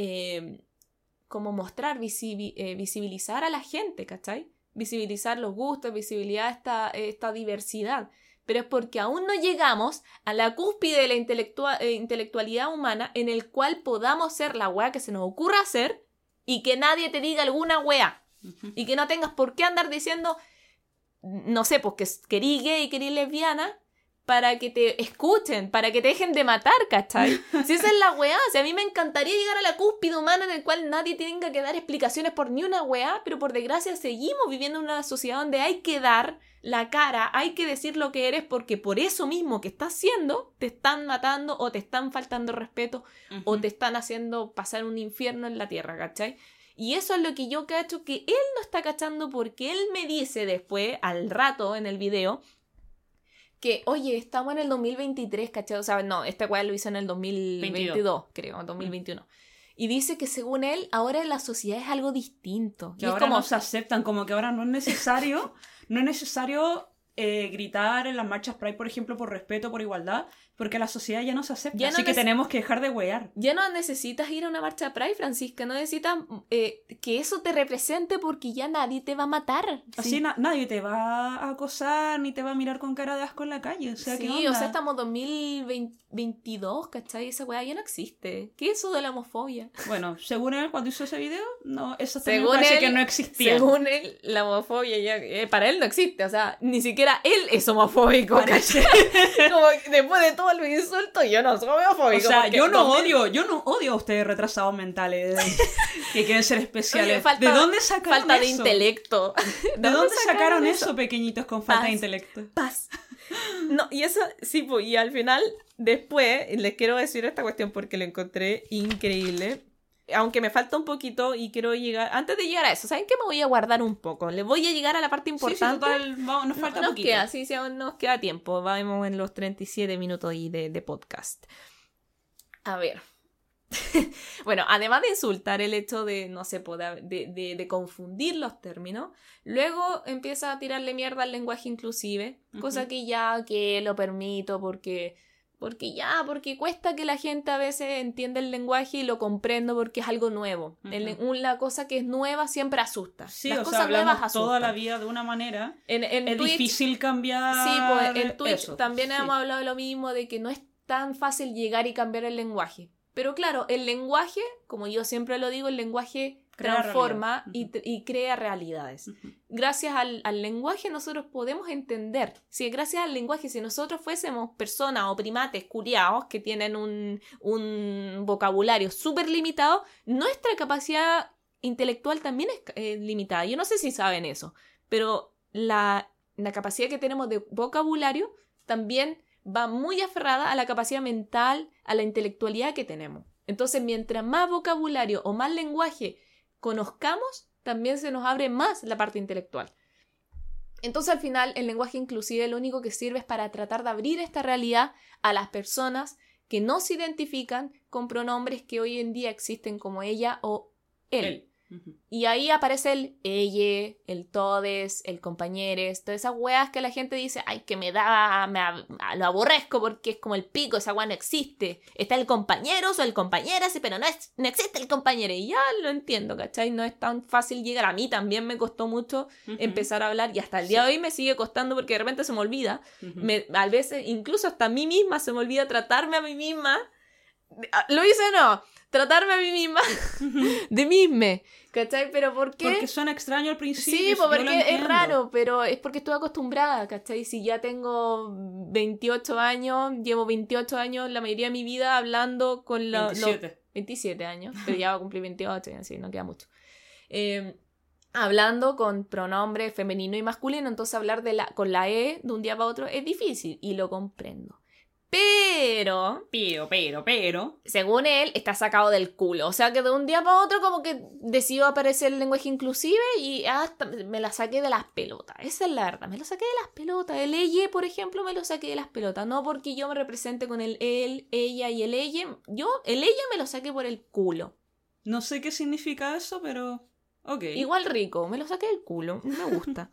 como mostrar, visibilizar a la gente, ¿cachai? Visibilizar los gustos, visibilizar esta diversidad. Pero es porque aún no llegamos a la cúspide de la intelectualidad humana en el cual podamos ser la wea que se nos ocurra hacer y que nadie te diga alguna wea. Y que no tengas por qué andar diciendo, no sé, pues que querí gay, querí lesbiana, para que te escuchen, para que te dejen de matar, ¿cachai? Si esa es la weá, si a mí me encantaría llegar a la cúspide humana en el cual nadie tenga que dar explicaciones por ni una weá, pero por desgracia seguimos viviendo en una sociedad donde hay que dar la cara, hay que decir lo que eres, porque por eso mismo que estás haciendo, te están matando o te están faltando respeto o te están haciendo pasar un infierno en la tierra, ¿cachai? Y eso es lo que yo cacho que él no está cachando, porque él me dice después, al rato en el video, que, oye, estamos en el 2023, ¿cachai? O sea, no, esta weá lo hizo en el 2022, creo, 2021. Y dice que según él, ahora en la sociedad es algo distinto. Que y ahora es como... no se aceptan, como que ahora no es necesario gritar en las marchas Pride, por ejemplo, por respeto, por igualdad, porque la sociedad ya no se acepta, así que tenemos que dejar de wear. Ya no necesitas ir a una marcha Pride, Francisca, no necesitas que eso te represente, porque ya nadie te va a matar. Así ¿sí? Nadie te va a acosar, ni te va a mirar con cara de asco en la calle, o sea, sí, ¿qué onda? O sea, estamos 2022, ¿cachai? Esa weá ya no existe. ¿Qué es eso de la homofobia? Bueno, según él, cuando hizo ese video, no, eso también parece que no existía. Según él, la homofobia ya, para él no existe, o sea, ni siquiera él es homofóbico, ¿cachai? Como después de todos los insultos, yo no soy homofóbico. O sea, yo no odio a ustedes retrasados mentales que quieren ser especiales. Oye, ¿De dónde sacaron falta de eso? intelecto. ¿De dónde sacaron eso, pequeñitos con falta de intelecto? Paz. No, y eso, sí, pues, y al final, después, les quiero decir esta cuestión porque lo encontré increíble. Aunque me falta un poquito y quiero llegar... Antes de llegar a eso, ¿saben qué? Me voy a guardar un poco. Les voy a llegar a la parte importante. Sí, total, nos falta poquito. Sí, aún nos queda tiempo. Vamos en los 37 minutos ahí de podcast. A ver. Bueno, además de insultar el hecho de, no sé, de confundir los términos, luego empieza a tirarle mierda al lenguaje inclusive, cosa que ya que lo permito porque cuesta que la gente a veces entienda el lenguaje y lo comprendo porque es algo nuevo. La cosa que es nueva siempre asusta. Sí, Las o cosas sea, hablamos nuevas asustan. toda la vida de una manera. Es Twitch, difícil cambiar. Sí, pues en Twitch eso. también hemos hablado de lo mismo, de que no es tan fácil llegar y cambiar el lenguaje. Pero claro, el lenguaje, como yo siempre lo digo, el lenguaje transforma y crea realidades. Gracias al lenguaje nosotros podemos entender. Si gracias al lenguaje, si nosotros fuésemos personas o primates curiados que tienen un vocabulario súper limitado, nuestra capacidad intelectual también es limitada. Yo no sé si saben eso, pero la capacidad que tenemos de vocabulario también va muy aferrada a la capacidad mental, a la intelectualidad que tenemos. Entonces, mientras más vocabulario o más lenguaje conozcamos, también se nos abre más la parte intelectual. Entonces, al final, el lenguaje inclusive lo único que sirve es para tratar de abrir esta realidad a las personas que no se identifican con pronombres que hoy en día existen como ella o él. Y ahí aparece el ella, el todes, el compañeres, todas esas weas que la gente dice, ay, que lo aborrezco porque es como el pico, esa wea no existe. Está el compañero o el compañera, sí, pero no existe el compañero. Y ya lo entiendo, ¿cachai? No es tan fácil llegar. A mí también me costó mucho empezar a hablar y hasta el día de hoy me sigue costando porque de repente se me olvida. A veces, incluso hasta a mí misma se me olvida tratarme a mí misma. ¿Lo hice o no? Tratarme a mí misma de misma, ¿cachai? ¿Pero por qué? Porque suena extraño al principio. Sí, porque es raro, pero es porque estoy acostumbrada, ¿cachai? Si ya tengo 28 años, llevo 28 años la mayoría de mi vida hablando con 27 años, pero ya voy a cumplir 28 y así, no queda mucho. Hablando con pronombre femenino y masculino, entonces hablar con la E de un día para otro es difícil y lo comprendo. Pero, según él, está sacado del culo. O sea que de un día para otro como que decidió aparecer el lenguaje inclusive y hasta me la saqué de las pelotas. Esa es la verdad, me lo saqué de las pelotas. El ella, por ejemplo, me lo saqué de las pelotas. No porque yo me represente con el él, ella y el ella. El ella me lo saqué por el culo. No sé qué significa eso, pero... ok. Igual rico, me lo saqué del culo. Me gusta.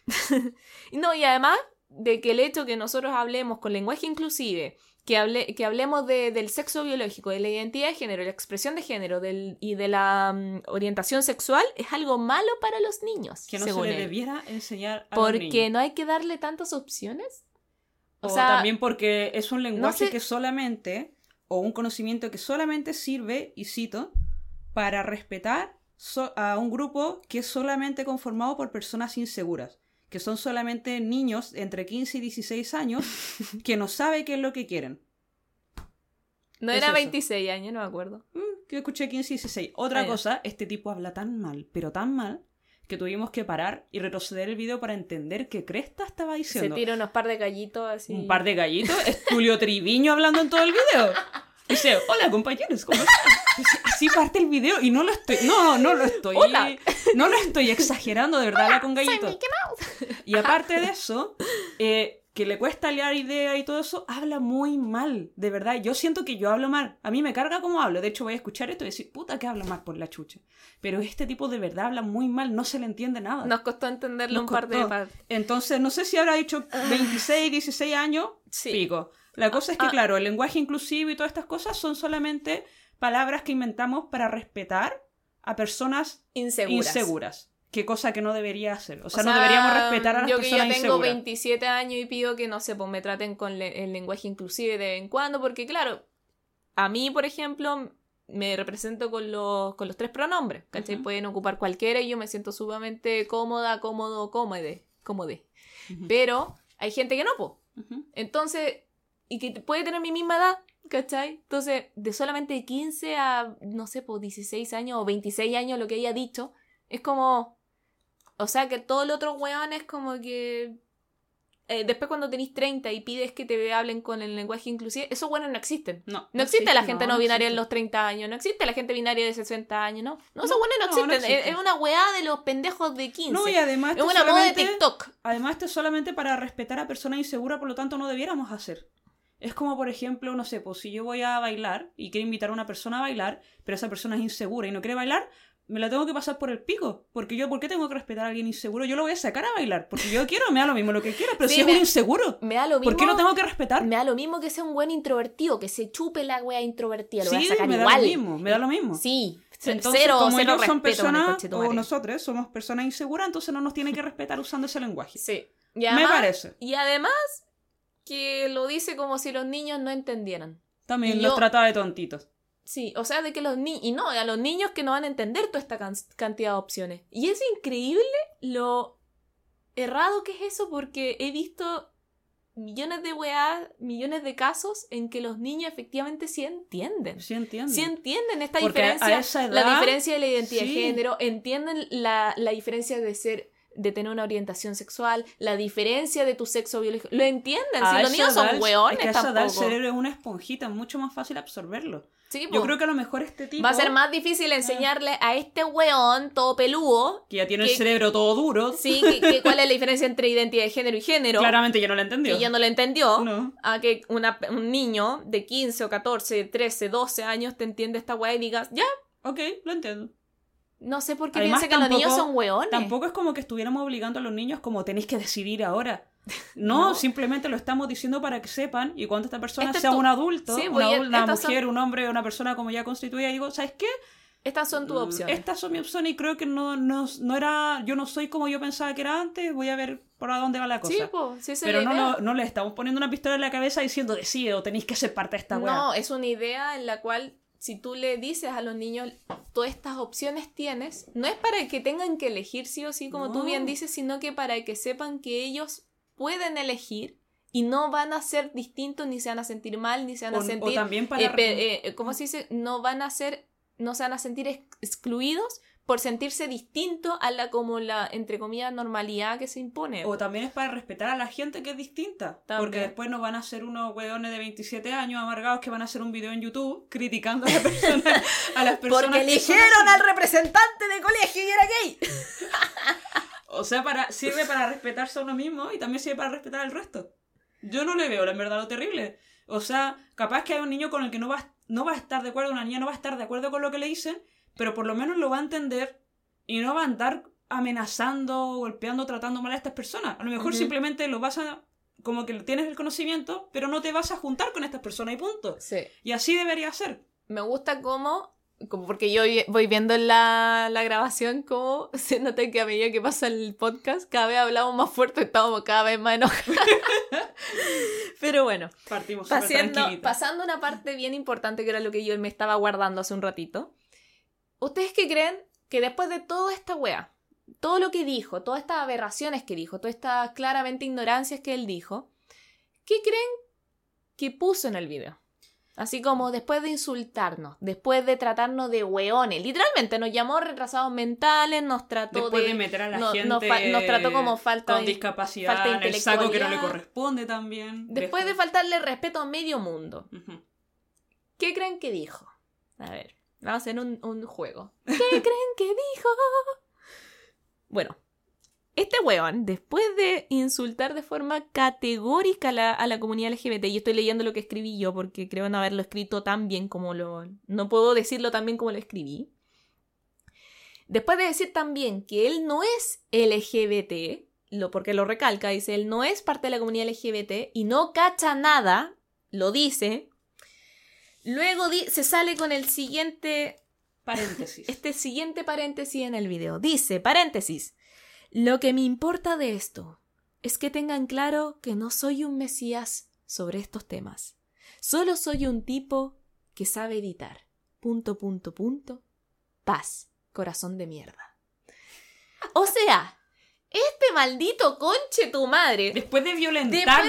No, y además... de que el hecho que nosotros hablemos con lenguaje inclusive, que hablemos del sexo biológico, de la identidad de género, la expresión de género y de la orientación sexual, es algo malo para los niños. Que no se le debiera enseñar a los niños. Porque no hay que darle tantas opciones. O sea, también porque es un lenguaje que solamente, o un conocimiento que solamente sirve, y cito, para respetar a un grupo que es solamente conformado por personas inseguras. Que son solamente niños entre 15 y 16 años que no saben qué es lo que quieren. No era 26 años, no me acuerdo. Yo escuché 15 y 16. Otra cosa, este tipo habla tan mal, pero tan mal, que tuvimos que parar y retroceder el video para entender qué cresta estaba diciendo. Se tira unos par de gallitos así. ¿Un par de gallitos? Es Julio Triviño hablando en todo el video. Dice, hola compañeros, ¿cómo están? Así parte el video y no lo estoy exagerando, de verdad, habla con gallitos. Y aparte de eso, que le cuesta liar idea y todo eso, habla muy mal, de verdad. Yo siento que yo hablo mal. A mí me carga cómo hablo. De hecho, voy a escuchar esto y decir, puta que hablo mal por la chucha. Pero este tipo de verdad habla muy mal, no se le entiende nada. Nos costó entenderlo par de veces. Entonces, no sé si habrá dicho 26, 16 años, sí. Pico. La cosa es que, claro, el lenguaje inclusivo y todas estas cosas son solamente palabras que inventamos para respetar a personas inseguras. Qué cosa que no debería hacer. O sea, no deberíamos respetar a las personas inseguras. Yo que ya tengo 27 años y pido que, no sé, pues me traten con el lenguaje inclusive de vez en cuando, porque, claro, a mí, por ejemplo, me represento con los 3 pronombres, ¿cachai? Pueden ocupar cualquiera y yo me siento sumamente cómoda, cómode. Pero hay gente que no, po. Entonces... y que puede tener mi misma edad, ¿cachai? Entonces, de solamente 15 a, no sé, pues 16 años o 26 años, lo que haya dicho, es como... o sea, que todo el otro weón es como que... después cuando tenés 30 y pides que te hablen con el lenguaje inclusive, esos weones no existen. No existe la gente no binaria en los 30 años, no existe la gente binaria de 60 años, ¿no? Esos weones no existen. Es una weá de los pendejos de 15. No, y además... es una moda de TikTok. Además, esto es solamente para respetar a personas inseguras, por lo tanto no debiéramos hacer. Es como, por ejemplo, no sé, pues si yo voy a bailar y quiero invitar a una persona a bailar, pero esa persona es insegura y no quiere bailar, me la tengo que pasar por el pico. Porque yo, ¿por qué tengo que respetar a alguien inseguro? Yo lo voy a sacar a bailar. Porque yo quiero, me da lo mismo lo que quiera, pero sí, si es un inseguro, me da lo mismo, ¿por qué lo tengo que respetar? Me da lo mismo que sea un buen introvertido, que se chupe la wea introvertida, lo sí, voy a sacar me igual. Me da lo mismo. Sí. Entonces, cero ellos son respeto, personas, o nosotros somos personas inseguras, entonces no nos tienen que respetar usando ese lenguaje. Sí. Y además, me parece. Y además... que lo dice como si los niños no entendieran. También los trata de tontitos. Sí, o sea, de que los niños... y no, a los niños que no van a entender toda esta cantidad de opciones. Y es increíble lo errado que es eso, porque he visto millones de weas, millones de casos en que los niños efectivamente sí entienden. Sí entienden. Sí entienden esta porque diferencia, a esa edad, la diferencia de la identidad sí. de género, entienden la diferencia de tener una orientación sexual, la diferencia de tu sexo biológico. Lo entienden, si los niños son hueones es que tampoco. A esa edad el cerebro es una esponjita, es mucho más fácil absorberlo. Sí, yo creo que a lo mejor este tipo... va a ser más difícil enseñarle a este hueón todo peludo... que ya tiene el cerebro todo duro. Sí, cuál es la diferencia entre identidad de género y género. Claramente ya no la entendió. Y ya no la entendió. No. A que un niño de 15 o 14, 13, 12 años te entiende esta weá y digas, ya. Ok, lo entiendo. No sé por qué Además, piensa que los niños son hueones. Tampoco es como que estuviéramos obligando a los niños como tenéis que decidir ahora. No, simplemente lo estamos diciendo para que sepan, y cuando esta persona sea un adulto, sí, una mujer, un hombre, una persona como ya constituida, digo, ¿sabes qué? Estas son tus opciones. Estas son mis opciones y creo que no era... Yo no soy como yo pensaba que era antes, voy a ver por dónde va la cosa. Sí, pues, sí, pero no le estamos poniendo una pistola en la cabeza diciendo decide o tenéis que ser parte de esta weá. No, es una idea en la cual si tú le dices a los niños todas estas opciones tienes, no es para que tengan que elegir sí o sí, como tú bien dices, sino que para que sepan que ellos pueden elegir y no van a ser distintos, ni se van a sentir mal, ni se van a sentir... O también para... ¿cómo se dice? No se van a sentir excluidos por sentirse distintos a la, entre comillas, normalidad que se impone. O también es para respetar a la gente que es distinta. También. Porque después no van a ser unos hueones de 27 años amargados que van a hacer un video en YouTube criticando a, a las personas. Porque eligieron al representante de colegio y era gay. O sea, sirve para respetarse a uno mismo y también sirve para respetar al resto. Yo no le veo, en verdad, lo terrible. O sea, capaz que hay un niño con el que no va a estar de acuerdo, una niña no va a estar de acuerdo con lo que le dicen, pero por lo menos lo va a entender y no va a andar amenazando, golpeando, tratando mal a estas personas. A lo mejor simplemente lo vas a... como que tienes el conocimiento, pero no te vas a juntar con estas personas y punto. Sí. Y así debería ser. Me gusta como porque yo voy viendo en la grabación cómo se nota que a medida que pasa el podcast cada vez hablamos más fuerte, estamos cada vez más enojados. Pero bueno, partimos pasando una parte bien importante que era lo que yo me estaba guardando hace un ratito. ¿Ustedes qué creen que después de toda esta wea, todo lo que dijo, todas estas aberraciones que dijo, todas estas claramente ignorancias que él dijo, qué creen que puso en el video? Así como después de insultarnos, después de tratarnos de hueones, literalmente nos llamó retrasados mentales, nos trató después de meter a la gente nos trató como falta con discapacidad falta de en el saco que no le corresponde también. Después de faltarle respeto a medio mundo. Uh-huh. ¿Qué creen que dijo? A ver, vamos a hacer un juego. ¿Qué creen que dijo? Bueno, este hueón, después de insultar de forma categórica a la comunidad LGBT, y estoy leyendo lo que escribí yo porque creo no haberlo escrito tan bien como no puedo decirlo tan bien como lo escribí. Después de decir también que él no es LGBT, porque lo recalca, dice, él no es parte de la comunidad LGBT y no cacha nada, lo dice. Luego se sale con el siguiente paréntesis. Este siguiente paréntesis en el video. Dice, paréntesis. Lo que me importa de esto es que tengan claro que no soy un mesías sobre estos temas. Solo soy un tipo que sabe editar. ... Paz, corazón de mierda. O sea, este maldito conche tu madre. Después de violentar,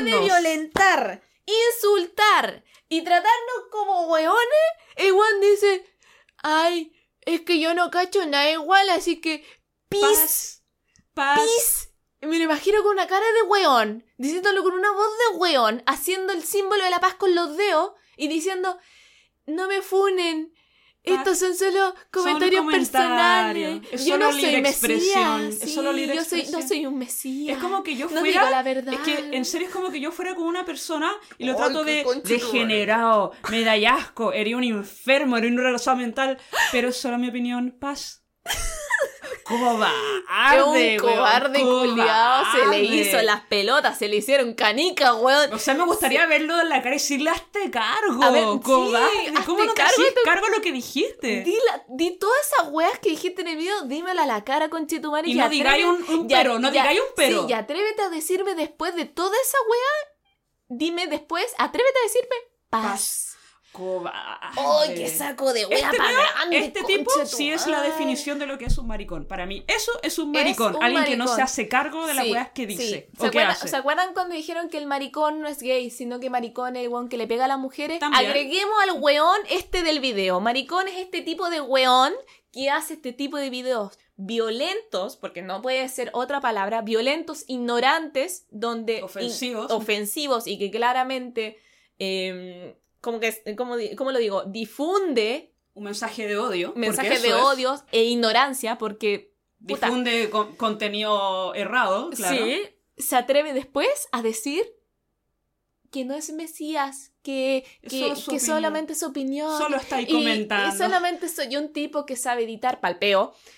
insultar y tratarnos como hueones, el weón dice, ay, es que yo no cacho nada igual, así que peace. Paz. Me lo imagino con una cara de weón, diciéndolo con una voz de weón, haciendo el símbolo de la paz con los dedos y diciendo, no me funen, estos son solo comentarios personales. Yo no soy mesías. Sí, no soy un mesías. Es como que yo fuera... No digo la verdad. Es que en serio es como que yo fuera como una persona y lo trato de degenerado, me da asco, eres un enfermo, eres un retrasado mental, pero es solo mi opinión, paz. Cobarde, es un cobarde culiao, se le hizo las pelotas, se le hicieron canicas, weón. O sea, me gustaría verlo en la cara y decirle, hazte cargo, a ver, cobarde. Sí, ¿Cómo no te haces cargo de lo que dijiste? Di todas esas weas que dijiste en el video, dímela a la cara, conchetumare. Y no digáis un pero, no digáis un pero. Sí, y atrévete a decirme después de toda esa wea, dime después, atrévete a decirme paz. Cobarde. ¡Ay, qué saco de wea para grande! Este tipo sí es la definición de lo que es un maricón. Para mí, eso es un maricón. Alguien que no se hace cargo de las weas que dice. Sí. ¿Se acuerdan cuando dijeron que el maricón no es gay, sino que maricón es el weón que le pega a las mujeres? También. Agreguemos al weón del video. Maricón es este tipo de weón que hace este tipo de videos violentos, porque no puede ser otra palabra, violentos, ignorantes, donde ofensivos y que claramente... ¿Cómo lo digo? Difunde un mensaje de odio. Mensajes de odio e ignorancia, porque... Difunde contenido errado, claro. Sí, se atreve después a decir que no es mesías, que solamente es su opinión. Solo está ahí comentando. Y solamente soy un tipo que sabe editar palpeo.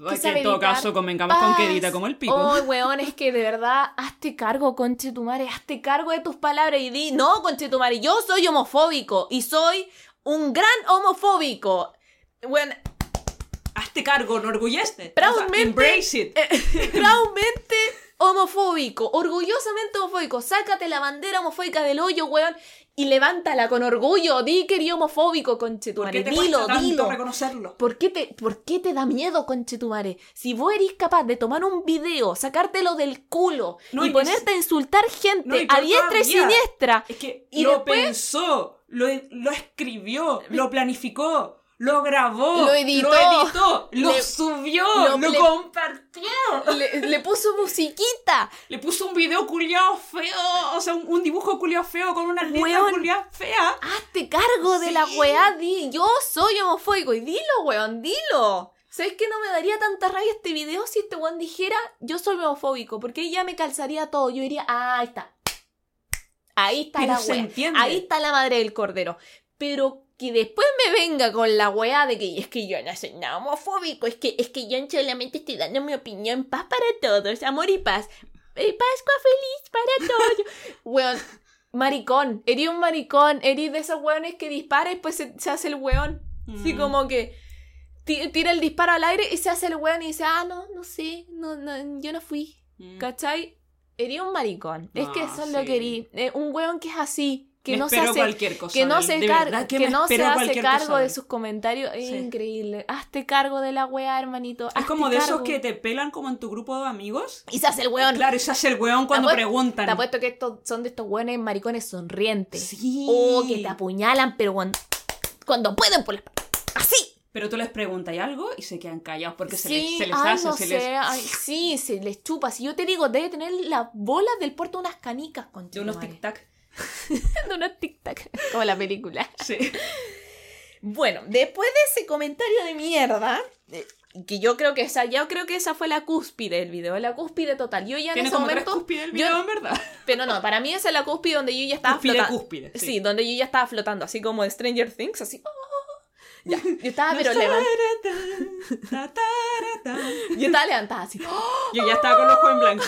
que Que sabe en todo editar. caso convengamos con que edita como el pico. Oh, weón, es que de verdad, hazte cargo, conchetumare, hazte cargo de tus palabras y di, no, conchetumare, yo soy homofóbico y soy un gran homofóbico. Bueno, Hazte cargo, enorgullece. Proudmente- Embrace it. realmente homofóbico, orgullosamente homofóbico. Sácate la bandera homofóbica del hoyo, weón, y levántala con orgullo. Di que eres homofóbico, ¿Por conchetumare. qué te Dilo, cuesta tanto dilo. reconocerlo? ¿Por qué te da miedo, conchetumare? Si vos eres capaz de tomar un video, sacártelo del culo No, y y ponerte a insultar gente No, y a peor diestra y todavía. siniestra. Es que Y lo después- pensó, lo escribió, lo planificó, lo grabó, Lo editó, lo le- subió, lo- lo le- compartió. Le puso musiquita. Le puso un video culiao feo, o sea, un dibujo culiao feo con una letra Weón. culiao fea. Hazte cargo de la Sí. weá, di, yo soy homofóbico. Y dilo, weón, dilo. ¿Sabes que no me daría tanta rabia este video si este weón dijera yo soy homofóbico? Porque ahí ya me calzaría todo. Yo diría, ahí está. Ahí está Pero la se weá. entiende. Ahí está la madre del cordero. Pero que después me venga con la weá de que es que yo no soy nada homofóbico. Es que yo solamente estoy dando mi opinión. Paz para todos, amor y paz. Pascua feliz para todos. Weón. Maricón, eres un maricón, eres de esos weones que dispara y después se hace el weón. Así como que tira el disparo al aire y se hace el weón y dice, no sé, no, yo no fui. Mm. ¿Cachai? Eres un maricón. Es que eso es lo sí. que eres. Un weón que es así, que Me no se espero hace... cualquier cosa Que no de él, se, de verdad que me no se espero hace cualquier cargo cosa de él. sus comentarios. Es Sí. increíble. Hazte cargo de la weá, hermanito. Es Hazte como de esos cargo. que te pelan como en tu grupo de amigos. Y se hace el weón. Claro, y se hace el weón cuando Te apuesto- preguntan. Te apuesto que estos son de estos weones maricones sonrientes. Sí. O que te apuñalan, pero cuando pueden por la espalda. ¡Así! Pero tú les preguntas algo y se quedan callados porque Sí, se les ay, hace, no se sé, les... ay, sí, se les chupa. Si yo te digo, debe tener las bolas del puerto unas canicas, De concha unos tu madre. tic-tac. De unos tic-tac, como la película. Sí. Bueno, después de ese comentario de mierda, que yo creo que esa fue la cúspide del video, la cúspide total. Yo ya en Tiene ese como tres momento, cúspides el video, en verdad. pero no, para mí esa es la cúspide donde yo ya estaba flotando. Cúspide, Sí, donde yo ya estaba flotando, así como de Stranger Things, así. Ya, yo estaba pero yo estaba levantada así. Yo ya estaba con los ojos en blanco.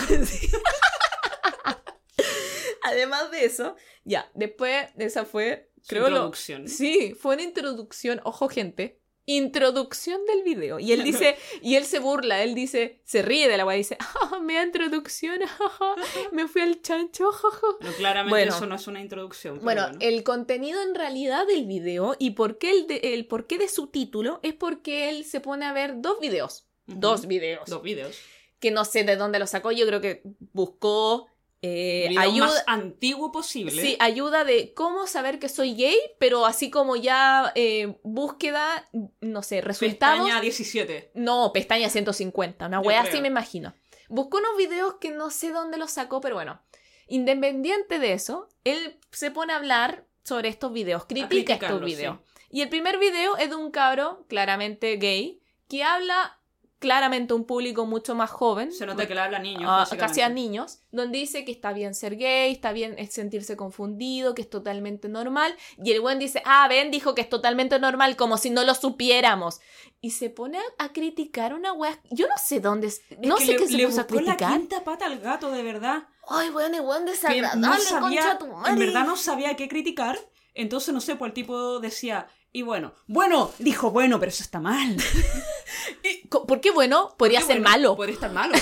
Además de eso, ya, después esa fue, Su creo introducción. Sí, fue una introducción, ojo gente, introducción del video. Y él dice, y él se burla, él dice, se ríe de la weá, dice, media introducción, me fui al chancho, No, claramente Bueno. eso no es una introducción. pero Bueno, el contenido en realidad del video y por qué el porqué de su título es porque él se pone a ver dos videos. Ujú. Dos videos. Dos videos. Que no sé de dónde lo sacó, yo creo que buscó Video ayuda. más antiguo posible. Sí, ayuda de cómo saber que soy gay, pero así como ya búsqueda, no sé, resultados. Pestaña 17. No, pestaña 150, una Yo wea creo. así me imagino. Buscó unos videos que no sé dónde los sacó, pero bueno. Independiente de eso, él se pone a hablar sobre estos videos, critica estos criticarlos, videos. sí. Y el primer video es de un cabro, claramente gay, que habla claramente a un público mucho más joven. Se nota que le habla a niños. Casi a básicamente. niños, donde dice que está bien ser gay, está bien sentirse confundido, que es totalmente normal, y el buen dice, Ben dijo que es totalmente normal, como si no lo supiéramos, y se pone a criticar una wea, yo no sé dónde, no sé qué se le puso a buscó la criticar. quinta pata al gato, de verdad. Ay, weón, el weón Que desagradable, no sabía, concha tu madre. en verdad no sabía qué criticar. Entonces, no sé, pues el tipo decía, y dijo bueno, pero eso está mal. ¿Por qué bueno? Podría Qué ser bueno, malo. Podría estar malo.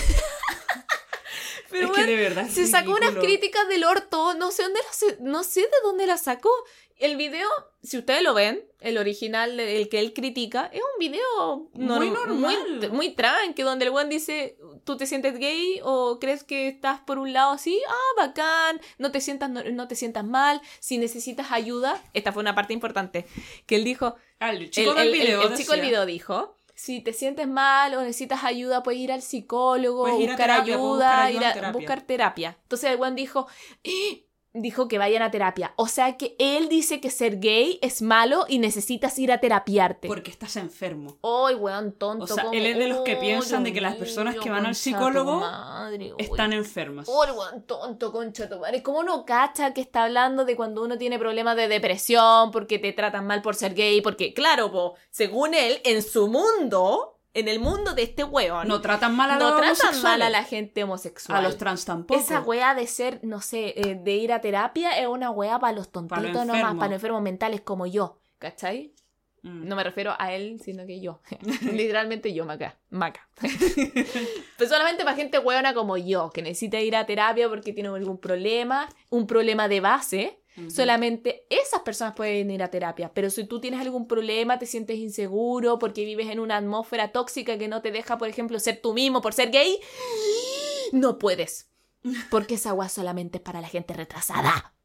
Pero es bueno, que de verdad es se sacó unas ridículo. críticas del orto, no sé no sé de dónde las sacó. El video, si ustedes lo ven, el original, el que él critica, es un video Muy normal. muy tranqui, donde el buen dice, ¿tú te sientes gay o crees que estás por un lado así? Bacán, no te sientas mal, si necesitas ayuda. Esta fue una parte importante, que él dijo, El chico del video. el chico del decía, video dijo, si te sientes mal o necesitas ayuda, puedes ir al psicólogo, Puedes ir a buscar terapia, ayuda, puedes buscar ayuda en ir a terapia. buscar terapia. Entonces el buen dijo que vayan a terapia. O sea que él dice que ser gay es malo y necesitas ir a terapiarte. Porque estás enfermo. ¡Ay, weón, tonto! O sea, ¿cómo? él es de los que ¡Oh, piensan de Dios que las personas mío, que van al concha psicólogo tu madre, uy. Están enfermas. ¡Oh, el weón tonto, concha tu madre! ¿Cómo no cacha que está hablando de cuando uno tiene problemas de depresión porque te tratan mal por ser gay? Porque, claro, según él, en su mundo, en el mundo de este weón, no tratan mal a los no tratan homosexuales. mal a la gente homosexual. A los trans tampoco. Esa wea de ser, no sé, de ir a terapia es una wea para los tontitos Para los nomás, enfermos. para los enfermos mentales como yo, ¿cachai? Mm. No me refiero a él, sino que yo. Literalmente yo, Maca. Pues solamente para gente hueona como yo, que necesita ir a terapia porque tiene algún problema, un problema de base. Ujú. Solamente esas personas pueden ir a terapia. Pero si tú tienes algún problema, te sientes inseguro porque vives en una atmósfera tóxica que no te deja, por ejemplo, ser tú mismo por ser gay, no puedes. Porque esa agua solamente es para la gente retrasada.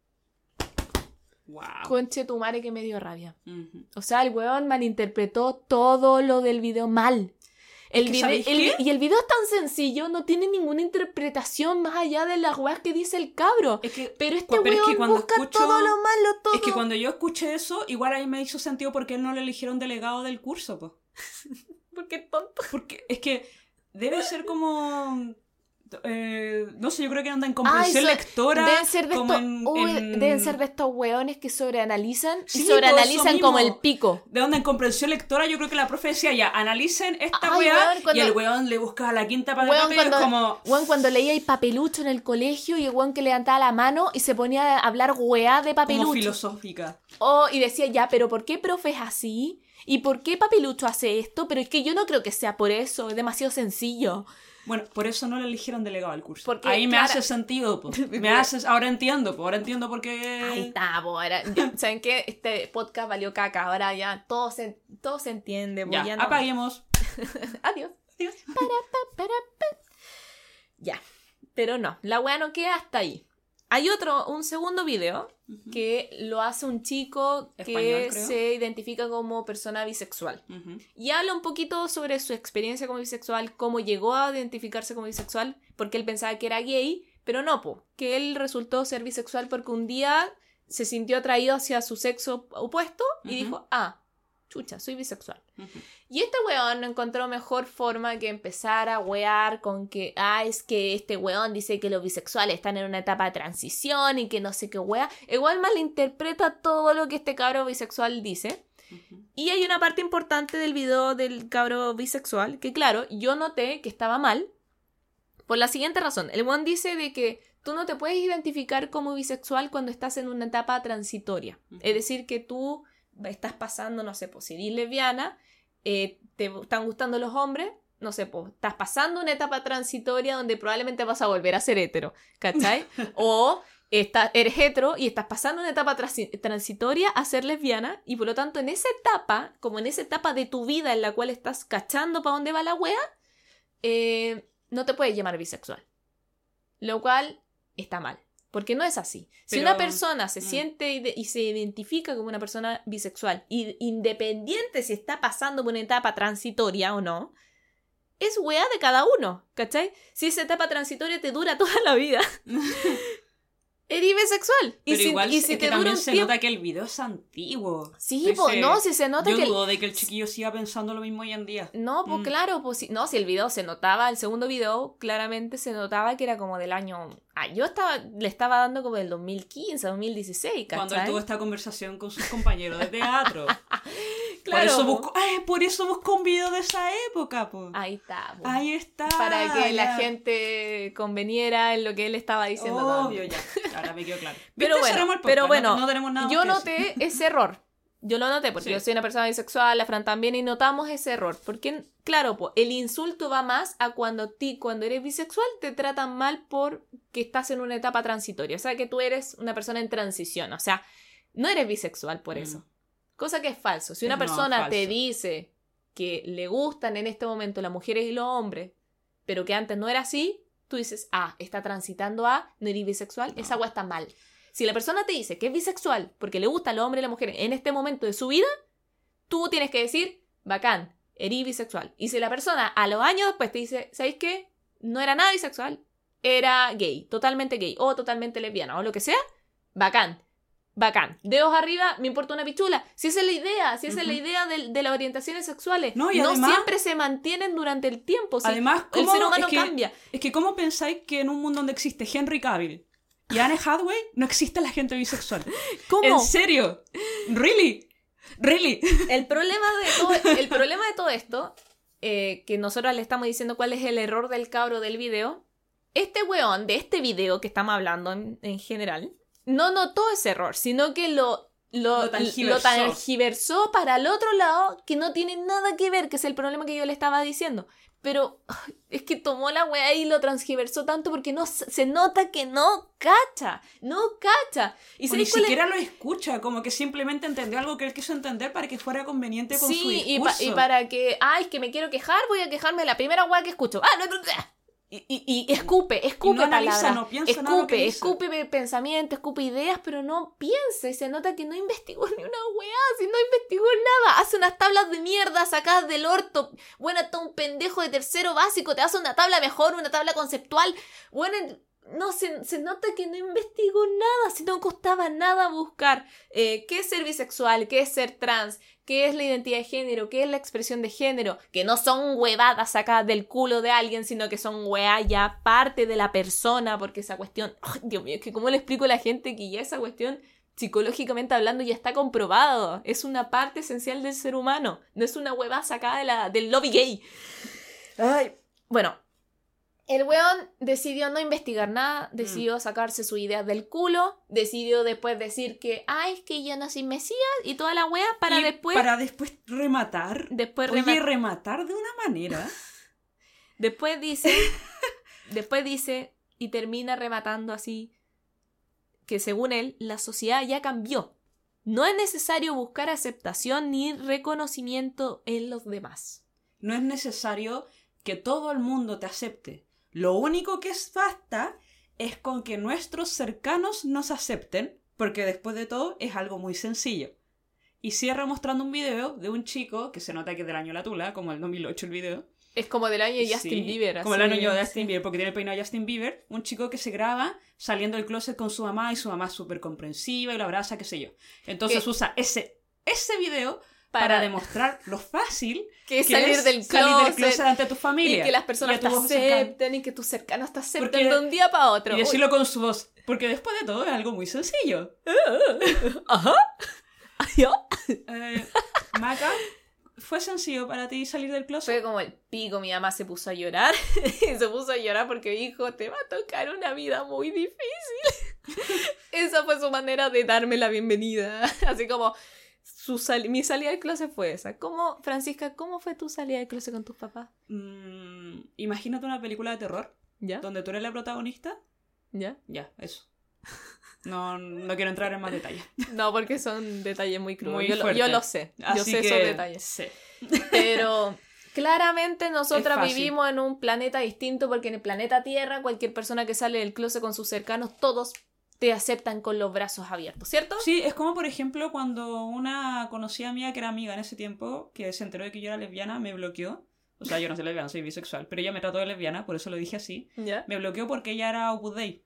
Wow. Conche tu madre, que me dio rabia. Ujú. O sea, el weón malinterpretó todo lo del video mal. ¿sabéis qué? Y el video es tan sencillo, no tiene ninguna interpretación más allá de las weas que dice el cabro. Es que, Pero este pero es weón que cuando busca escucho- todo lo malo, todo. Es que cuando yo escuché eso, igual ahí me hizo sentido porque él no le eligieron delegado del curso, pues. Porque tonto. Porque es que debe ser como... no sé, yo creo que anda en comprensión lectora. Deben ser de como estos, deben ser de estos weones que sobreanalizan Sí, y pues, sobreanalizan eso como mismo. el pico. De onda en comprensión lectora, yo creo que la profe decía ya, analicen esta Ay, weá, weón, cuando- y el weón le buscaba la quinta para Weón, el papel, es como... Weón, cuando leía el papelucho en el colegio y el weón que levantaba la mano y se ponía a hablar weá de Como papelucho. filosófica. Y decía, ya, pero ¿por qué profe es así? ¿Y por qué Papelucho hace esto? Pero es que yo no creo que sea por eso, es demasiado sencillo. Bueno, por eso no le eligieron delegado al curso. Porque, ahí me Clara- hace sentido, po. Ahora entiendo por qué... Ahí está, po, ¿saben qué? Este podcast valió caca, ahora ya todo se entiende. Po, Ya, no. apaguemos. Adiós. Adiós. Ya, pero no, la weá no queda hasta ahí. Hay un segundo video que lo hace un chico que Español, creo. se identifica como persona bisexual. Ujú. Y habla un poquito sobre su experiencia como bisexual, cómo llegó a identificarse como bisexual, porque él pensaba que era gay, pero no, que él resultó ser bisexual porque un día se sintió atraído hacia su sexo opuesto y Ujú. dijo, chucha, soy bisexual. Ujú. Y este weón no encontró mejor forma que empezar a wear con que, es que este weón dice que los bisexuales están en una etapa de transición y que no sé qué wea. Igual malinterpreta todo lo que este cabro bisexual dice. Ujú. Y hay una parte importante del video del cabro bisexual que, claro, yo noté que estaba mal por la siguiente razón. El weón dice de que tú no te puedes identificar como bisexual cuando estás en una etapa transitoria. Ujú. Es decir, que tú estás pasando, no sé, pues si eres lesbiana, te están gustando los hombres, no sé, pues estás pasando una etapa transitoria donde probablemente vas a volver a ser hetero, ¿cachai? O eres hetero y estás pasando una etapa transitoria a ser lesbiana y por lo tanto en esa etapa, como en esa etapa de tu vida en la cual estás cachando para dónde va la wea, no te puedes llamar bisexual. Lo cual está mal. Porque no es así. Si Pero- una persona se siente y se identifica como una persona bisexual, independiente si está pasando por una etapa transitoria o no, es weá de cada uno, ¿cachai? Si esa etapa transitoria te dura toda la vida, eres bisexual. Pero igual y si es que te dura también un se tiempo... nota que el video es antiguo. Sí, Entonces, no, si se nota yo que... dudo de que el chiquillo siga pensando lo mismo hoy en día. No, pues claro, pues no, si el video se notaba, el segundo video claramente se notaba que era como del año... le estaba dando como del 2015, 2016, ¿cachai? Cuando él tuvo esta conversación con sus compañeros de teatro. Claro, por eso buscó un video de esa época, po. Ahí está, po. Ahí está. Para que la ya. gente conveniera en lo que él estaba diciendo. Obvio, ya. Ahora me quedó claro. Pero ¿Viste? Cerramos el bueno, podcast, no tenemos nada yo más que decir. noté ese error. Yo lo noté porque Sí. yo soy una persona bisexual, la Fran también, y notamos ese error. Porque, claro, po, el insulto va más a cuando eres bisexual, te tratan mal porque estás en una etapa transitoria. O sea, que tú eres una persona en transición. O sea, no eres bisexual por eso. Cosa que es falso. Si una No, persona falso. te dice que le gustan en este momento las mujeres y los hombres, pero que antes no era así, tú dices, está transitando a no eres bisexual, esa agua está mal. Si la persona te dice que es bisexual porque le gustan los hombres y las mujeres en este momento de su vida, tú tienes que decir, bacán, eres bisexual. Y si la persona a los años después te dice, ¿sabéis qué? No era nada bisexual, era gay, totalmente gay, o totalmente lesbiana, o lo que sea, bacán. Bacán. Dedos arriba, me importa una pichula. Si esa es la idea, si esa es la idea de las orientaciones sexuales. No, y además- siempre se mantienen durante el tiempo. ¿Sí? Además, El ¿cómo ser humano es que, cambia. Es que ¿cómo pensáis que en un mundo donde existe Henry Cavill y Anne Hathaway no existe la gente bisexual? ¿Cómo? ¿En serio? ¿Really? El problema de todo esto que nosotros le estamos diciendo cuál es el error del cabro del video, este weón de este video que estamos hablando en general, no notó ese error, sino que lo tergiversó para el otro lado, que no tiene nada que ver, que es el problema que yo le estaba diciendo. Pero es que tomó la weá y lo transgiversó tanto porque no se nota que no cacha. Y ni siquiera lo escucha, como que simplemente entendió algo que él quiso entender para que fuera conveniente con su discurso. Y para que, es que me quiero quejar, voy a quejarme de la primera weá que escucho. Y escupe no analiza, palabras, no piensa nada escupe pensamiento, escupe ideas, pero no piensa y se nota que no investigó ni una weá, si no investigó nada, hace unas tablas de mierda sacadas del orto, bueno, hasta un pendejo de tercero básico te hace una tabla mejor, una tabla conceptual, bueno, no, se nota que no investigó nada, si no costaba nada buscar qué es ser bisexual, qué es ser trans, qué es la identidad de género, qué es la expresión de género, que no son huevadas sacadas del culo de alguien, sino que son hueá ya parte de la persona, porque esa cuestión, Dios mío, es que cómo le explico a la gente que ya esa cuestión, psicológicamente hablando, ya está comprobado, es una parte esencial del ser humano, no es una huevada sacada del lobby gay. Ay, bueno, el weón decidió no investigar nada, decidió sacarse sus ideas del culo, decidió después decir que, es que yo no soy Mesías y toda la wea para después rematar. Rematar de una manera. Después dice, y termina rematando así, que según él, la sociedad ya cambió. No es necesario buscar aceptación ni reconocimiento en los demás. No es necesario que todo el mundo te acepte. Lo único que basta es con que nuestros cercanos nos acepten, porque después de todo es algo muy sencillo. Y cierra mostrando un video de un chico, que se nota que es del año La Tula, como el 2008 el video. Es como del año de Justin Bieber. Así, como el año de Justin Bieber, porque tiene el peinado de Justin Bieber. Un chico que se graba saliendo del closet con su mamá, y su mamá es súper comprensiva y lo abraza, qué sé yo. Entonces usa ese video para demostrar lo fácil que es salir del closet ante tu familia. Y que las personas te acepten y que tus cercanos te acepten de un día para otro. Y decirlo con su voz. Porque después de todo es algo muy sencillo. Ajá. Maca, ¿fue sencillo para ti salir del closet? Fue como el pico. Mi mamá se puso a llorar. Se puso a llorar porque dijo, te va a tocar una vida muy difícil. Esa fue su manera de darme la bienvenida. Así como... mi salida del closet fue esa. Francisca, ¿cómo fue tu salida del closet con tus papás? Imagínate una película de terror. ¿Ya? Donde tú eres la protagonista. ¿Ya? Ya, eso. No quiero entrar en más detalles. No, porque son detalles muy crudos. Muy yo lo sé. Yo sé esos detalles. Sí. Pero claramente nosotras vivimos en un planeta distinto, porque en el planeta Tierra cualquier persona que sale del closet con sus cercanos, todos te aceptan con los brazos abiertos, ¿cierto? Sí, es como por ejemplo cuando una conocida mía que era amiga en ese tiempo, que se enteró de que yo era lesbiana, me bloqueó. O sea, yo no soy lesbiana, soy bisexual, pero ella me trató de lesbiana, por eso lo dije así. ¿Ya? Me bloqueó porque ella era Opus Dei.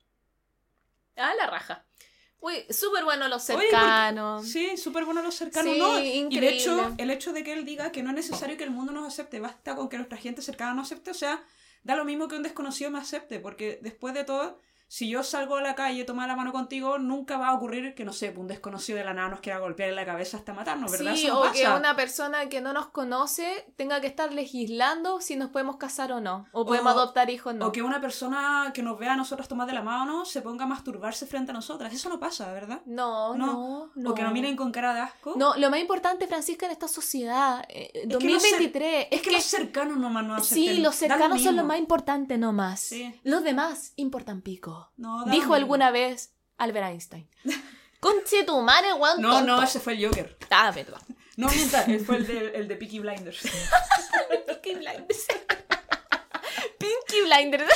La raja. Uy, súper bueno los cercanos. Oye, sí, súper bueno los cercanos. Sí, no, increíble. Y de hecho, el hecho de que él diga que no es necesario que el mundo nos acepte, basta con que nuestra gente cercana nos acepte, o sea, da lo mismo que un desconocido me acepte, porque después de todo... Si yo salgo a la calle y tomo la mano contigo, nunca va a ocurrir que, no sé, un desconocido de la nada nos quiera golpear en la cabeza hasta matarnos, ¿verdad? Sí, eso no o pasa. que una persona que no nos conoce tenga que estar legislando si nos podemos casar o no, o podemos adoptar hijos o no. O que una persona que nos vea a nosotras tomar de la mano se ponga a masturbarse frente a nosotras. Eso no pasa, ¿verdad? No. O que nos miren con cara de asco. No, lo más importante, Francisca, en esta sociedad, 2023... Es que los cercanos nomás no aceptan. Sí, los cercanos son lo más importante nomás. Sí. Los demás importan pico. No, dijo alguna vez Albert Einstein. Conche tu madre, weón. No, ese fue el Joker. Perdón. No mientas, él fue el de Peaky Blinders. Peaky Blinders. Pinky Blinders.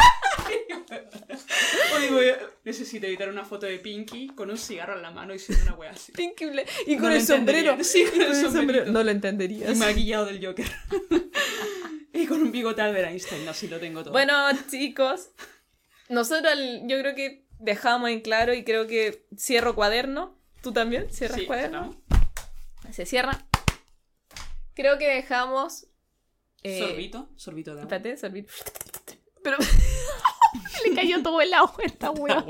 Oye, necesito editar una foto de Pinky con un cigarro en la mano y siendo una wea así. Pinky y con el sombrero. Sí, con el sombrero. No lo entenderías. Maquillado del Joker. Y con un bigote Albert Einstein, así lo tengo todo. Bueno, chicos, nosotros yo creo que dejamos en claro y creo que cierro cuaderno. ¿Tú también? ¿Cierras cuaderno? Se cierra. Creo que dejamos... Sorbito de agua. Espérate, sorbito. Pero le cayó todo el agua a esta wea.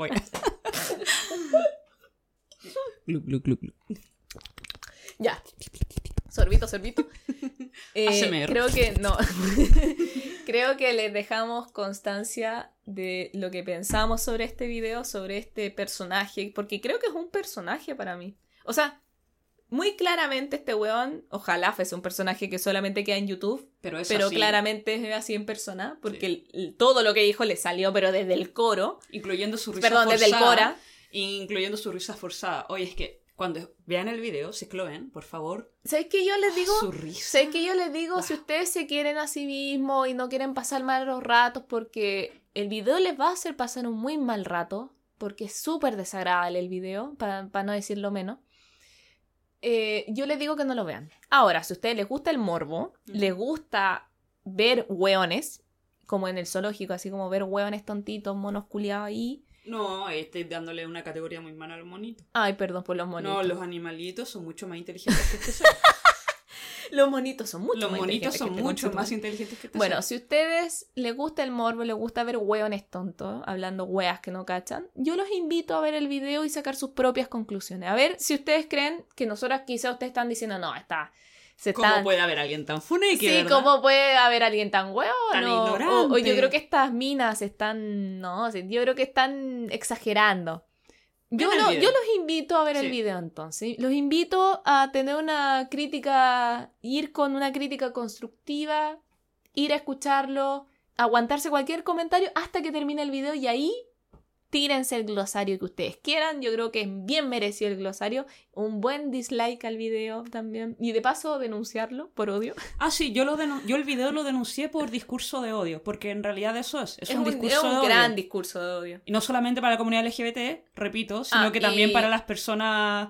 Glu, glu, glu, glu. Ya. Sorbito. ASMR. Creo que no. Creo que les dejamos constancia de lo que pensamos sobre este video, sobre este personaje, porque creo que es un personaje para mí. O sea, muy claramente este weón, ojalá fuese un personaje que solamente queda en YouTube, pero claramente es así en persona, porque todo lo que dijo le salió, pero desde el coro. Incluyendo su risa forzada. Desde el cora. Incluyendo su risa forzada. Oye, es que cuando vean el video, si es que lo ven, por favor. ¿Sabes qué yo les digo? Su risa. ¿Sabes qué yo les digo? Wow. Si ustedes se quieren a sí mismos y no quieren pasar malos ratos, porque el video les va a hacer pasar un muy mal rato, porque es súper desagradable el video, para no decirlo menos. Yo les digo que no lo vean. Ahora, si a ustedes les gusta el morbo, les gusta ver hueones, como en el zoológico, así como ver hueones tontitos, monos culiados ahí. No, estoy dándole una categoría muy mala a los monitos. Ay, perdón por los monitos. No, los animalitos son mucho más inteligentes que este ser. Los monitos son mucho los más monitos inteligentes. Son mucho más inteligentes que este Bueno, ser. Si a ustedes les gusta el morbo, les gusta ver hueones tontos, hablando hueas que no cachan, yo los invito a ver el video y sacar sus propias conclusiones. A ver si ustedes creen que nosotras quizá ustedes están diciendo, no, ¿Cómo puede haber alguien tan funeque, sí, verdad? ¿Cómo puede haber alguien tan hueón? Tan ignorante. O yo creo que estas minas están... No, yo creo que están exagerando. Yo los invito a ver el video entonces. Los invito a tener una crítica, ir con una crítica constructiva, ir a escucharlo, aguantarse cualquier comentario hasta que termine el video y ahí tírense el glosario que ustedes quieran. Yo creo que es bien merecido el glosario. Un buen dislike al video también. Y de paso denunciarlo por odio. Ah, sí, yo el video lo denuncié por discurso de odio, porque en realidad eso es un discurso de odio. Es un gran discurso de odio. Y no solamente para la comunidad LGBT, repito, sino que también para las personas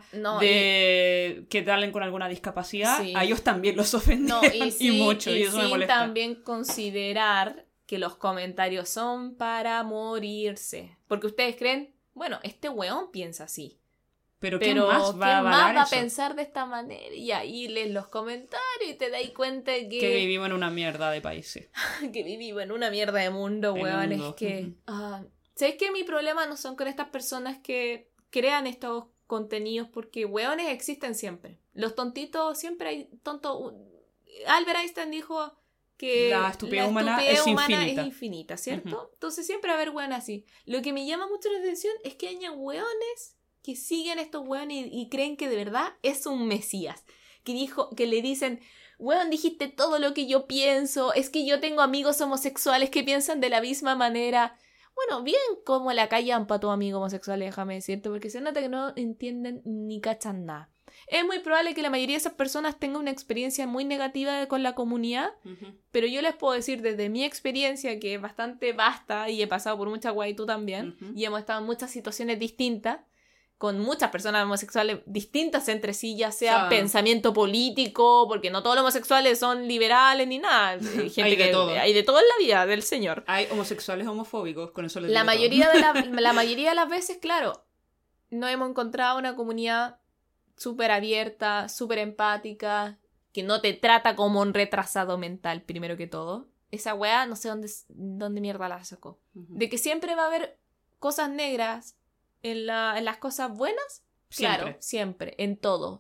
que salen con alguna discapacidad. Sí. A ellos también los ofendieron y mucho, y eso me molesta. También considerar que los comentarios son para morirse. Porque ustedes creen, bueno, este weón piensa así. Pero ¿quién más va a pensar de esta manera? Y ahí lees los comentarios y te das cuenta de que vivimos en una mierda de país. Que vivimos en una mierda de mundo, weón. Es que... ¿Sabes qué? Mi problema no son con estas personas que crean estos contenidos, porque weones existen siempre. Los tontitos, siempre hay tontos. Albert Einstein dijo... que la estupidez humana es infinita, ¿cierto? Entonces siempre va a haber hueones así. Lo que me llama mucho la atención es que haya hueones que siguen estos hueones y creen que de verdad es un mesías. Que le dicen, hueón, dijiste todo lo que yo pienso, es que yo tengo amigos homosexuales que piensan de la misma manera. Bueno, bien como la callan para tu amigo homosexual, déjame decirte, porque se nota que no entienden ni cachan nada. Es muy probable que la mayoría de esas personas tengan una experiencia muy negativa con la comunidad, pero yo les puedo decir desde mi experiencia, que es bastante vasta y he pasado por mucha guay, tú también, y hemos estado en muchas situaciones distintas, con muchas personas homosexuales distintas entre sí, ya sea pensamiento político, porque no todos los homosexuales son liberales ni nada. Hay gente hay de todo en la vida del señor. Hay homosexuales homofóbicos, con eso les digo la mayoría de las veces, claro, no hemos encontrado una comunidad súper abierta, súper empática, que no te trata como un retrasado mental, primero que todo. Esa weá, no sé dónde mierda la sacó. De que siempre va a haber cosas negras en las cosas buenas. Siempre. Claro, siempre. En todo,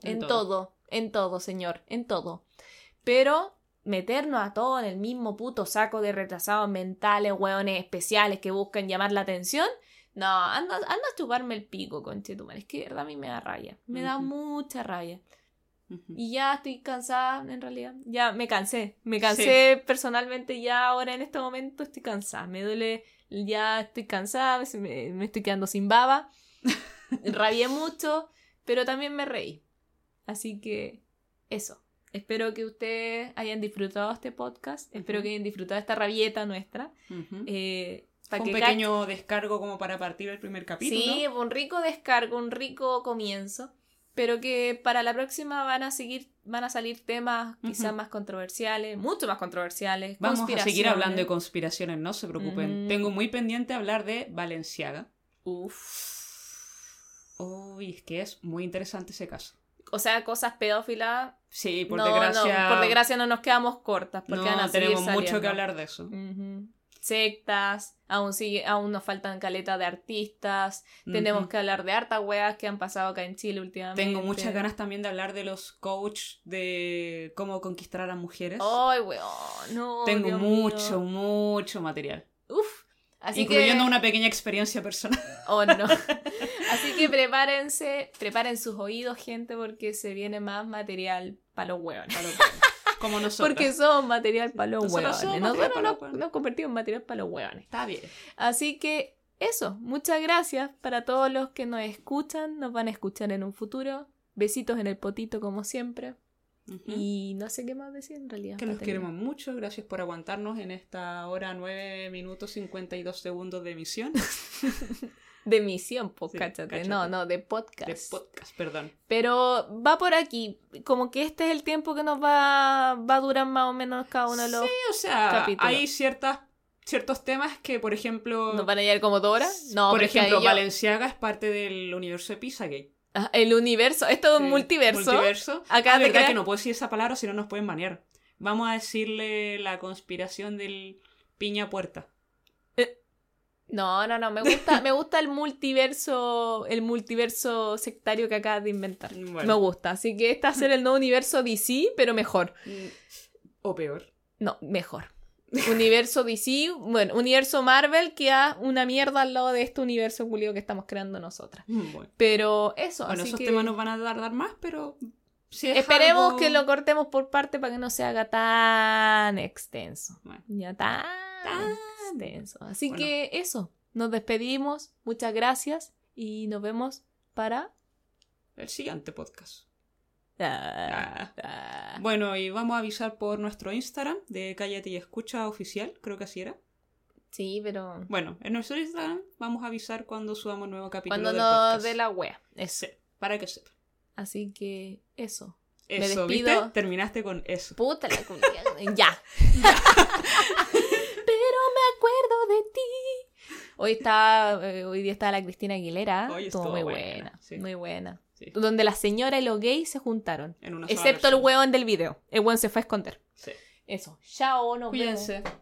señor, en todo. Pero meternos a todos en el mismo puto saco de retrasados mentales, weones especiales que buscan llamar la atención... No, anda a chuparme el pico, conchetumare. Es que de verdad a mí me da rabia. Me da mucha rabia. Y ya estoy cansada, en realidad. Ya me cansé. Personalmente, ya ahora en este momento estoy cansada. Me duele, ya estoy cansada, me estoy quedando sin baba. Rabié mucho, pero también me reí. Así que eso. Espero que ustedes hayan disfrutado este podcast. Espero que hayan disfrutado esta rabieta nuestra. Fue un pequeño descargo como para partir el primer capítulo. Sí, un rico descargo, un rico comienzo, pero que para la próxima van a salir temas quizás más controversiales, mucho más controversiales. Vamos a seguir hablando de conspiraciones, no se preocupen. Tengo muy pendiente hablar de Balenciaga. Uy, es que es muy interesante ese caso. O sea, cosas pedófilas. Sí, desgracia. Por desgracia no nos quedamos cortas, porque van a seguir tenemos saliendo. mucho que hablar de eso. sectas, aún nos faltan caletas de artistas, tenemos que hablar de hartas weas que han pasado acá en Chile últimamente. Tengo muchas ganas también de hablar de los coaches de cómo conquistar a las mujeres. Ay, weón, no. Tengo Dios mucho material. Uf. Así incluyendo que... una pequeña experiencia personal. Oh, no. Así que preparen sus oídos, gente, porque se viene más material para los hueones. Como nosotros. Porque somos material para los hueones. Nosotros nos convertimos en material para los hueones. Está bien. Así que eso, muchas gracias para todos los que nos escuchan, nos van a escuchar en un futuro. Besitos en el potito como siempre. Y no sé qué más decir en realidad. Que los queremos mucho, gracias por aguantarnos en esta hora 9 minutos 52 segundos de emisión. De emisión, pues, sí, cáchate. No, de podcast. De podcast, perdón. Pero va por aquí, como que este es el tiempo que nos va a durar más o menos cada uno de los capítulos. Hay ciertos temas que, por ejemplo... ¿Nos van a llevar como 2 horas? No, por ejemplo, Balenciaga es parte del universo de Pizzagate. El universo, esto es un multiverso. Acá de verdad que no puedo decir esa palabra, si no nos pueden banear. Vamos a decirle la conspiración del piña puerta. No, me gusta el multiverso sectario que acabas de inventar. Bueno. Me gusta, así que este va a ser el nuevo universo DC, pero mejor. O peor. No, mejor. Universo DC, bueno, universo Marvel queda una mierda al lado de este universo culio que estamos creando nosotras. Bueno. Pero eso, bueno, así esos que... temas nos van a dar más, pero... Si es esperemos algo... que lo cortemos por parte para que no se haga tan extenso. Bueno. Ya tan extenso. Así que eso, nos despedimos, muchas gracias y nos vemos para... el siguiente podcast. Bueno, y vamos a avisar por nuestro Instagram de Cállate y Escucha Oficial, creo que así era. Sí, pero... Bueno, en nuestro Instagram vamos a avisar cuando subamos nuevo capítulo del podcast. Cuando nos dé la wea. Sí, para que sepan. Así que eso. Eso, me despido. ¿viste? Terminaste con eso. Puta la culia. Ya. Pero me acuerdo de ti. Hoy día estaba la Cristina Aguilera. Estuvo muy buena. Sí. Muy buena. Sí. Donde la señora y los gays se juntaron. Excepto el hueón del video. El hueón se fue a esconder. Sí. Eso. Chao, nos Cuídense. vemos.